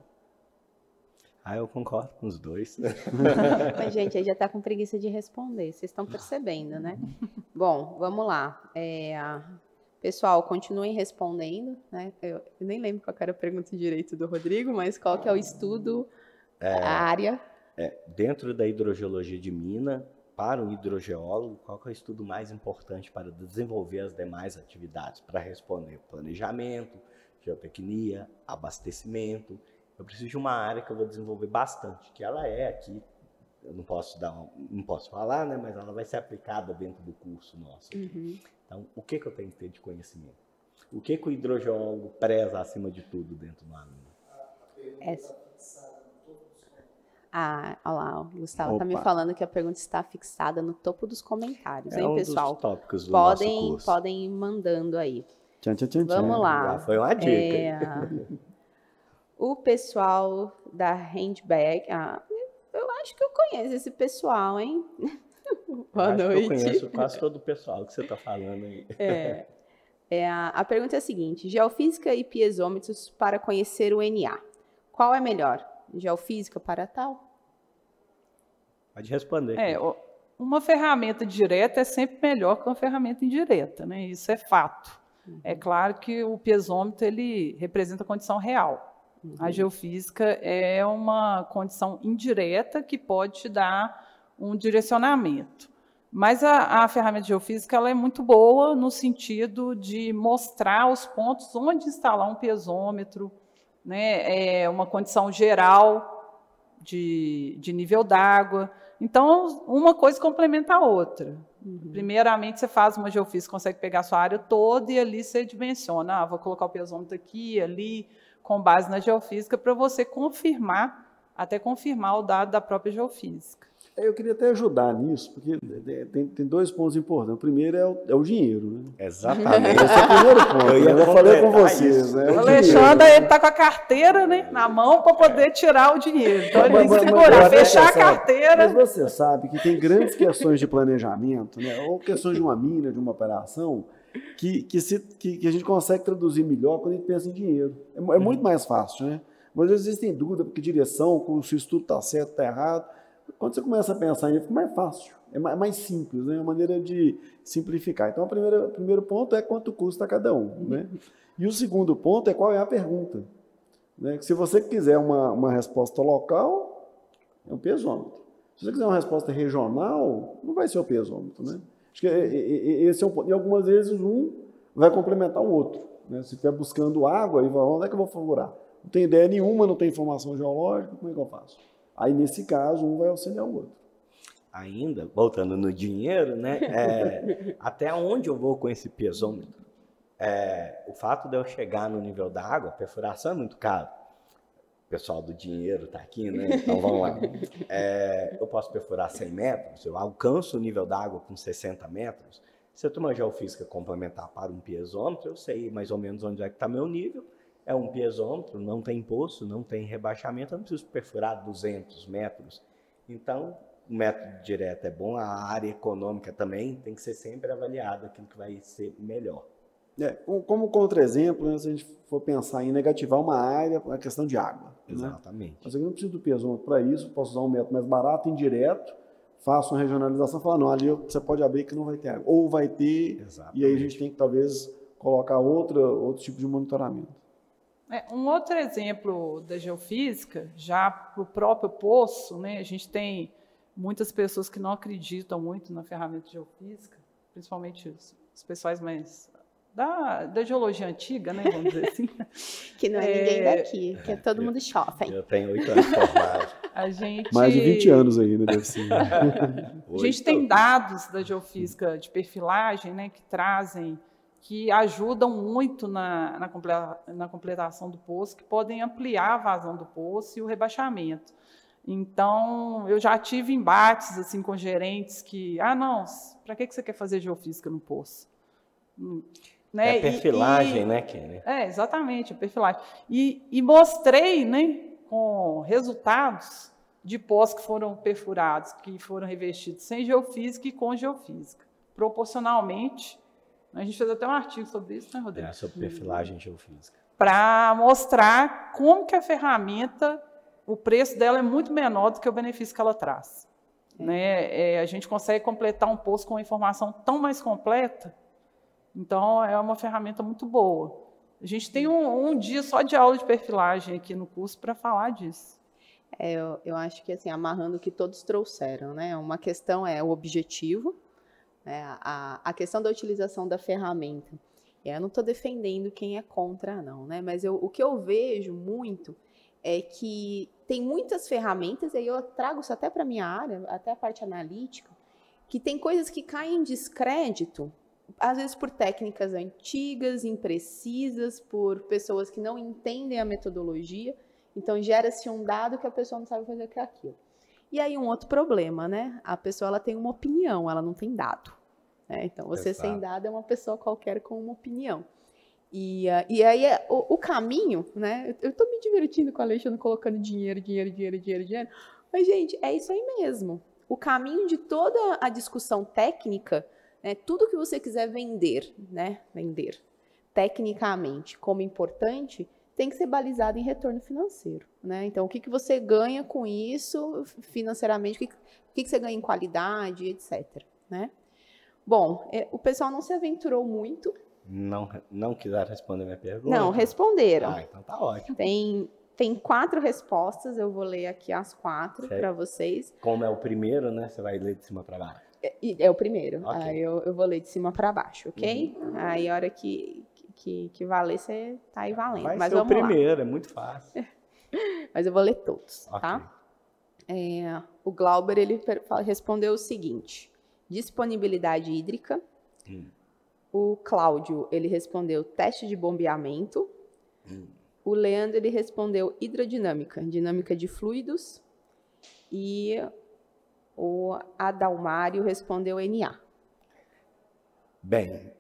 Eu concordo com os dois. Mas, gente, aí já está com preguiça de responder, vocês estão percebendo, né? Bom, vamos lá. Pessoal, continuem respondendo, né? Eu nem lembro qual era a pergunta direito do Rodrigo, mas qual que é o estudo, a área? Dentro da hidrogeologia de mina, para um hidrogeólogo, qual que é o estudo mais importante para desenvolver as demais atividades? Para responder planejamento, geotecnia, abastecimento. Eu preciso de uma área que eu vou desenvolver bastante, que ela é aqui, eu não posso falar, né, mas ela vai ser aplicada dentro do curso nosso. Uhum. Então, o que eu tenho que ter de conhecimento? O que o hidrogeólogo preza acima de tudo dentro do aluno? Olha lá, o Gustavo está me falando que a pergunta está fixada no topo dos comentários, hein, pessoal? Dos tópicos do nosso curso. Podem ir mandando aí. Tchan. Vamos lá. Já foi uma dica. O pessoal da Handbag, eu acho que eu conheço esse pessoal, hein? Boa noite. Eu conheço quase todo o pessoal que você está falando aí. A pergunta é a seguinte: geofísica e piezômetros para conhecer o NA. Qual é melhor? Geofísica para tal? Pode responder. Uma ferramenta direta é sempre melhor que uma ferramenta indireta, né? Isso é fato. Uhum. É claro que o piezômetro ele representa a condição real. Uhum. A geofísica é uma condição indireta que pode te dar um direcionamento. Mas a ferramenta geofísica ela é muito boa no sentido de mostrar os pontos onde instalar um piezômetro, né? É uma condição geral de nível d'água. Então, uma coisa complementa a outra. Uhum. Primeiramente, você faz uma geofísica, consegue pegar a sua área toda e ali você dimensiona. Vou colocar o piezômetro aqui, ali, com base na geofísica, para você até confirmar o dado da própria geofísica. Eu queria até ajudar nisso, porque tem dois pontos importantes. O primeiro é o dinheiro. Né? Exatamente. Esse é o primeiro ponto. Eu já falei com vocês. Né? O Alexandre está com a carteira, né, na mão para poder tirar o dinheiro. Então, ele tem que segurar, fechar a carteira. Mas você sabe que tem grandes questões de planejamento, né, ou questões de uma mina, de uma operação, que a gente consegue traduzir melhor quando a gente pensa em dinheiro. É muito mais fácil. Né? Mas às vezes existem dúvidas, porque direção, se o estudo está certo, está errado. Quando você começa a pensar nisso, fica mais fácil, é mais simples, né? É uma maneira de simplificar. Então, o primeiro ponto é quanto custa cada um. Né? E o segundo ponto é qual é a pergunta. Né? Se você quiser uma resposta local, é um piezômetro. Se você quiser uma resposta regional, não vai ser o piezômetro. Né? Acho que esse é um ponto. E algumas vezes um vai complementar o outro. Né? Se estiver buscando água, aí onde é que eu vou favorar? Não tem ideia nenhuma, não tem informação geológica, como é que eu faço? Aí, nesse caso, um vai auxiliar o outro. Ainda, voltando no dinheiro, né? Até onde eu vou com esse piezômetro? O fato de eu chegar no nível da água, a perfuração é muito caro. pessoal do dinheiro está aqui, né? Então vamos lá. Eu posso perfurar 100 metros, eu alcanço o nível d'água com 60 metros. Se eu tenho uma geofísica complementar para um piezômetro, eu sei mais ou menos onde é que está meu nível. É um piezômetro, não tem poço, não tem rebaixamento, eu não preciso perfurar 200 metros. Então, o método direto é bom, a área econômica também tem que ser sempre avaliada, aquilo que vai ser melhor. Como contra-exemplo, né, se a gente for pensar em negativar uma área, a questão de água. Exatamente. Né? Mas eu não preciso do piezômetro para isso, posso usar um método mais barato, indireto, faço uma regionalização, falar, não, ali você pode abrir que não vai ter água. Ou vai ter, exatamente. E aí a gente tem que talvez colocar outro tipo de monitoramento. Um outro exemplo da geofísica, já para o próprio poço, né, a gente tem muitas pessoas que não acreditam muito na ferramenta geofísica, principalmente os pessoais mais da geologia antiga, né, vamos dizer assim. Que não é ninguém daqui, que é todo mundo jovem. Eu tenho 8 anos formado. Mais de 20 anos ainda, deve ser. A gente tem dados da geofísica de perfilagem, né, que ajudam muito na completação do poço, que podem ampliar a vazão do poço e o rebaixamento. Então, eu já tive embates assim, com gerentes que, não, para que você quer fazer geofísica no poço? Né? É perfilagem, né, Kenny? Exatamente, a perfilagem. E mostrei, né, com resultados de poços que foram perfurados, que foram revestidos sem geofísica e com geofísica. Proporcionalmente, a gente fez até um artigo sobre isso, né, Rodrigo? Sobre perfilagem geofísica. Para mostrar como que a ferramenta, o preço dela é muito menor do que o benefício que ela traz. Né? A gente consegue completar um poço com uma informação tão mais completa. Então, é uma ferramenta muito boa. A gente tem um dia só de aula de perfilagem aqui no curso para falar disso. Eu acho que, assim, amarrando o que todos trouxeram, né? Uma questão é o objetivo, né? A questão da utilização da ferramenta. Eu não estou defendendo quem é contra, não, né? Mas o que eu vejo muito é que tem muitas ferramentas, e aí eu trago isso até para a minha área, até a parte analítica, que tem coisas que caem em descrédito, às vezes por técnicas antigas, imprecisas, por pessoas que não entendem a metodologia, então gera-se um dado que a pessoa não sabe fazer o que é aquilo. E aí um outro problema, né? A pessoa ela tem uma opinião, ela não tem dado. Né? Então você sem dado é uma pessoa qualquer com uma opinião. E aí o caminho, né? Eu estou me divertindo com a Alexandre colocando dinheiro. Mas, gente, é isso aí mesmo. O caminho de toda a discussão técnica, né, tudo que você quiser vender, né, tecnicamente como importante, tem que ser balizado em retorno financeiro. Né? Então, o que você ganha com isso financeiramente, o que você ganha em qualidade, etc. Né? Bom, o pessoal não se aventurou muito. Não quiseram responder minha pergunta? Não, responderam. Então tá ótimo. Tem 4 respostas, eu vou ler aqui as 4 para vocês. Como é o primeiro, né? Você vai ler de cima para baixo. É o primeiro. Okay. Aí eu vou ler de cima para baixo, ok? Aí a hora que valer, você tá aí valendo. Vai ser o primeiro, é muito fácil. Mas eu vou ler todos, okay. Tá? O Glauber, ele respondeu o seguinte: disponibilidade hídrica. O Cláudio, ele respondeu teste de bombeamento. O Leandro, ele respondeu hidrodinâmica, dinâmica de fluidos. E o Adalmário respondeu NA. Bem,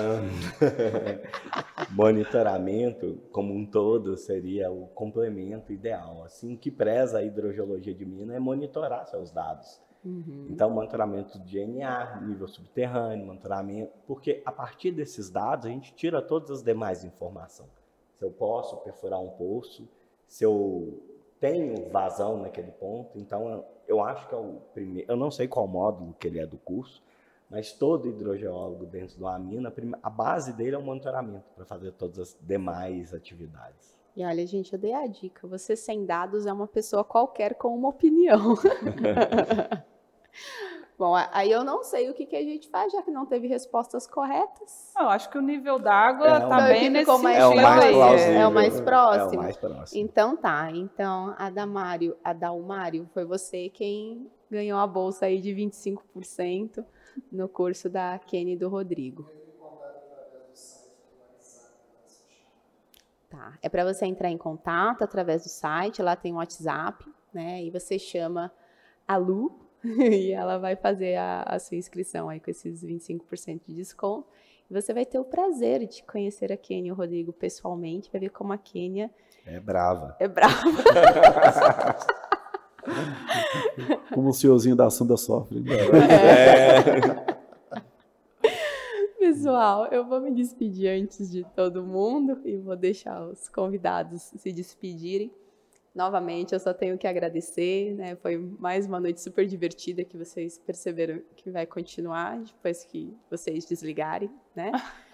monitoramento como um todo seria o complemento ideal. Assim, o que preza a hidrogeologia de Minas é monitorar seus dados. Então, monitoramento de NA, nível subterrâneo, monitoramento, porque a partir desses dados a gente tira todas as demais informações. Se eu posso perfurar um poço, se eu tenho vazão naquele ponto. Então, eu acho que é o primeiro. Eu não sei qual módulo que ele é do curso, mas todo hidrogeólogo dentro de uma mina, a base dele é o monitoramento para fazer todas as demais atividades. E olha, gente, eu dei a dica. Você sem dados é uma pessoa qualquer com uma opinião. Bom, aí eu não sei o que a gente faz, já que não teve respostas corretas. Eu acho que o nível d'água está bem nesse mais sentido. É o mais próximo. É o mais próximo. Então tá. Então, Adalmário, foi você quem ganhou a bolsa aí de 25% no curso da Kenny e do Rodrigo. Tá. Tá. É para você entrar em contato através do site, lá tem um WhatsApp, né? E você chama a Lu e ela vai fazer a sua inscrição aí com esses 25% de desconto. E você vai ter o prazer de conhecer a Kênia e o Rodrigo pessoalmente, vai ver como a Kênia é brava. É brava. Como o senhorzinho da Sandra sofre. Né? Pessoal, eu vou me despedir antes de todo mundo e vou deixar os convidados se despedirem. Novamente, eu só tenho que agradecer, né? Foi mais uma noite super divertida que vocês perceberam que vai continuar depois que vocês desligarem, né?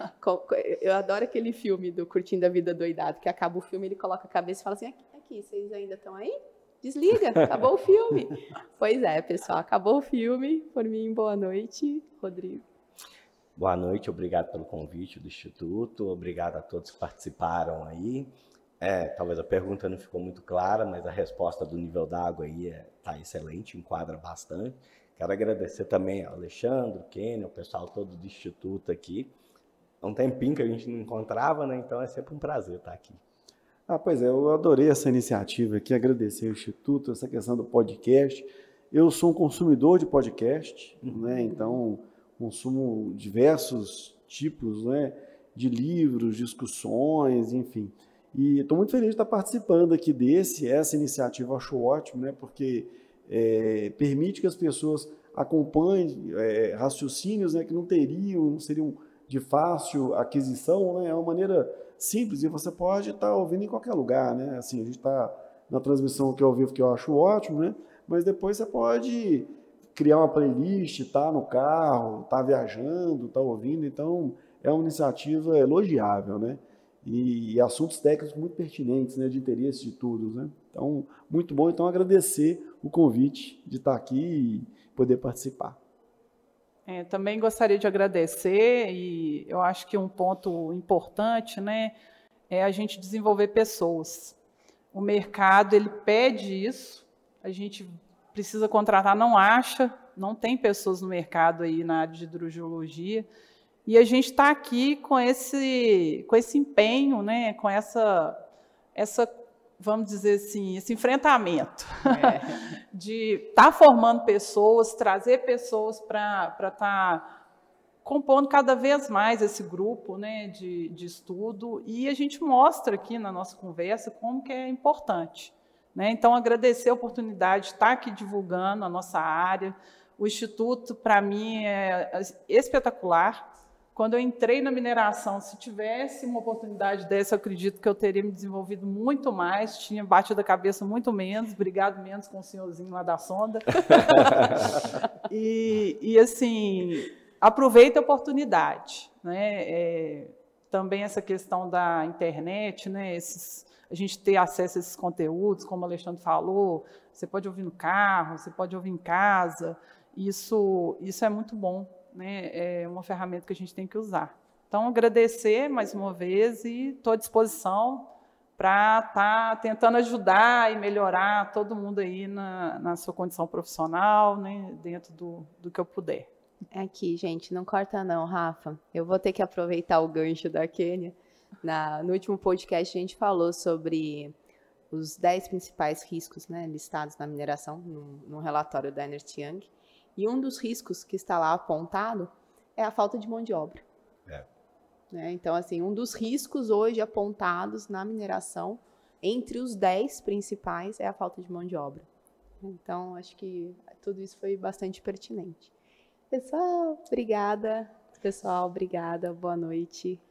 Eu adoro aquele filme do Curtindo a Vida Doidado, que acaba o filme, ele coloca a cabeça e fala assim, aqui, vocês ainda estão aí? Desliga, acabou o filme. Pois é, pessoal, acabou o filme. Por mim, boa noite, Rodrigo. Boa noite, obrigado pelo convite do Instituto, obrigado a todos que participaram aí. Talvez a pergunta não ficou muito clara, mas a resposta do nível d'água aí está excelente, enquadra bastante. Quero agradecer também ao Alexandre, Kênia, o pessoal todo do Instituto aqui. Há um tempinho que a gente não encontrava, né? Então é sempre um prazer estar aqui. Pois é, eu adorei essa iniciativa aqui, agradecer ao Instituto, essa questão do podcast. Eu sou um consumidor de podcast, né? Então consumo diversos tipos, né, de livros, discussões, enfim. E estou muito feliz de estar participando aqui essa iniciativa, acho ótimo, né, porque permite que as pessoas acompanhem raciocínios, né, que não seriam de fácil aquisição, né, é uma maneira simples e você pode estar ouvindo em qualquer lugar, né, assim, a gente está na transmissão que é ao vivo, que eu acho ótimo, né, mas depois você pode criar uma playlist, tá no carro, tá viajando, tá ouvindo, então é uma iniciativa elogiável, né? E assuntos técnicos muito pertinentes, né, de interesse de todos, né? Então, muito bom, então agradecer o convite de estar aqui e poder participar. Também gostaria de agradecer e eu acho que um ponto importante, né, é a gente desenvolver pessoas. O mercado, ele pede isso, a gente precisa contratar, não tem pessoas no mercado aí na área de hidrogeologia, e a gente está aqui com esse empenho, né, com essa, vamos dizer assim, esse enfrentamento de estar formando pessoas, trazer pessoas para estar compondo cada vez mais esse grupo, né, de estudo, e a gente mostra aqui na nossa conversa como que é importante. Então, agradecer a oportunidade de estar aqui divulgando a nossa área. O Instituto, para mim, é espetacular. Quando eu entrei na mineração, se tivesse uma oportunidade dessa, eu acredito que eu teria me desenvolvido muito mais, tinha batido a cabeça muito menos, brigado menos com o senhorzinho lá da sonda. E assim, aproveita a oportunidade. Né? Também essa questão da internet, né? A gente ter acesso a esses conteúdos, como o Alexandre falou, você pode ouvir no carro, você pode ouvir em casa, isso é muito bom, né? É uma ferramenta que a gente tem que usar. Então, agradecer mais uma vez e estou à disposição para estar tentando ajudar e melhorar todo mundo aí na sua condição profissional, né? Dentro do que eu puder. Aqui, gente, não corta não, Rafa. Eu vou ter que aproveitar o gancho da Kênia. No último podcast, a gente falou sobre os 10 principais riscos, né, listados na mineração, no relatório da Ernst Young. E um dos riscos que está lá apontado é a falta de mão de obra. Então, assim, um dos riscos hoje apontados na mineração, entre os 10 principais, é a falta de mão de obra. Então, acho que tudo isso foi bastante pertinente. Pessoal, obrigada. Boa noite.